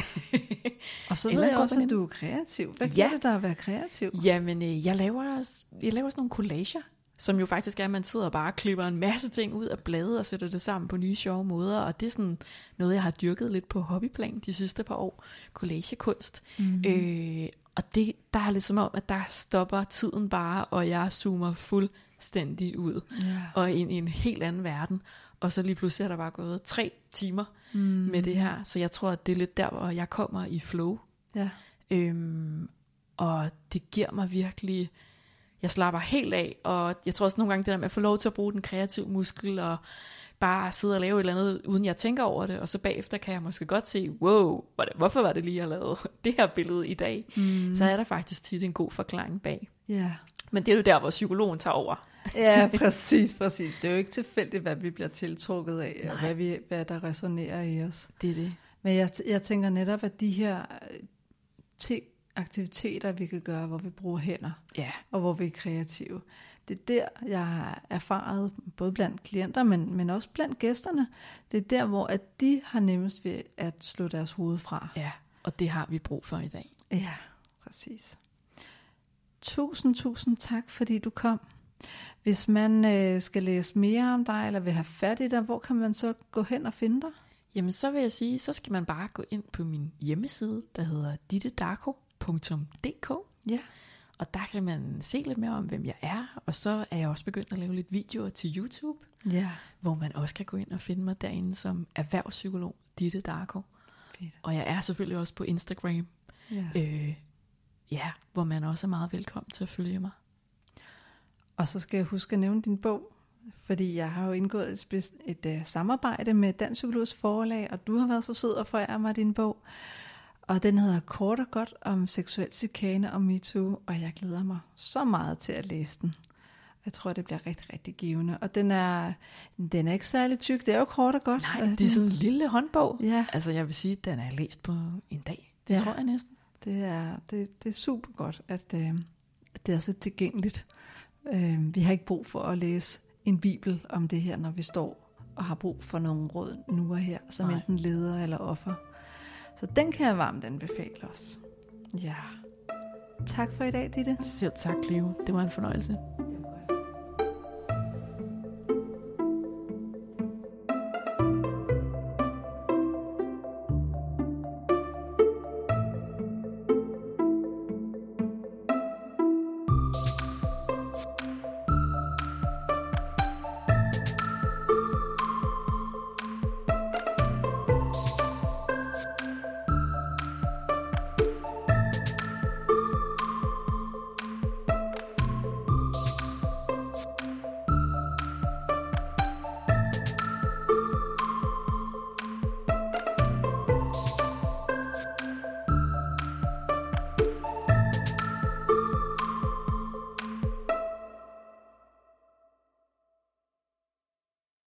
Og så ved jeg også, at du er kreativ. Hvad ja. gør det der at være kreativ? Jamen, øh, jeg, laver, jeg laver sådan nogle collager, som jo faktisk er, at man sidder og bare klipper en masse ting ud af blade og sætter det sammen på nye sjove måder. Og det er sådan noget, jeg har dyrket lidt på hobbyplan de sidste par år. Collagekunst. Mm. Øh, og det, der er ligesom om, at der stopper tiden bare, og jeg zoomer fuldstændig ud. Ja. Og ind i en helt anden verden. Og så lige pludselig er der bare gået tre timer mm. med det her. Så jeg tror, at det er lidt der, hvor jeg kommer i flow. Ja. Øhm, og det giver mig virkelig... Jeg slapper helt af, og jeg tror også nogle gange det der med at få lov til at bruge den kreative muskel, og bare sidde og lave et eller andet, uden jeg tænker over det, og så bagefter kan jeg måske godt se, wow, hvorfor var det lige, jeg lavede det her billede i dag? Mm. Så er der faktisk tit en god forklaring bag. Yeah. Men det er jo der, hvor psykologen tager over. Ja, præcis, præcis. Det er jo ikke tilfældigt, hvad vi bliver tiltrukket af, Nej. og hvad, vi, hvad der resonerer i os. Det er det. Men jeg, jeg tænker netop, at de her ting, aktiviteter, vi kan gøre, hvor vi bruger hænder, ja. og hvor vi er kreative. Det er der, jeg har erfaret, både blandt klienter, men, men også blandt gæsterne. Det er der, hvor at de har nemmest ved at slå deres hoved fra. Ja, og det har vi brug for i dag. Ja, præcis. Tusind, tusind tak, fordi du kom. Hvis man øh, skal læse mere om dig, eller vil have fat i dig, hvor kan man så gå hen og finde dig? Jamen, så vil jeg sige, så skal man bare gå ind på min hjemmeside, der hedder ditte darko punktum d k. Ja. Og der kan man se lidt mere om, hvem jeg er. Og så er jeg også begyndt at lave lidt videoer til YouTube, ja. hvor man også kan gå ind og finde mig derinde som erhvervspsykolog, Ditte Darko. Fedt. Og jeg er selvfølgelig også på Instagram, ja. Øh, ja, hvor man også er meget velkommen til at følge mig. Og så skal jeg huske at nævne din bog, fordi jeg har jo indgået et, et, et, et samarbejde med Dansk Psykologisk Forlag, og du har været så sød at forære mig din bog. Og den hedder Kort og godt om seksuel chikane og MeToo, og jeg glæder mig så meget til at læse den. Jeg tror, det bliver rigtig, rigtig givende. Og den er, den er ikke særlig tyk, det er jo kort og godt. Nej, det er sådan en lille håndbog. Ja. Altså jeg vil sige, at den er læst på en dag. Det ja. tror jeg næsten. Det er, det, det er super godt, at, øh, at det er så tilgængeligt. Øh, vi har ikke brug for at læse en bibel om det her, når vi står og har brug for nogle råd nu og her, som Nej. enten leder eller offer. Så den kan jeg varmt anbefale os. Ja. Tak for i dag, Ditte. Selv tak, Cleo. Det var en fornøjelse.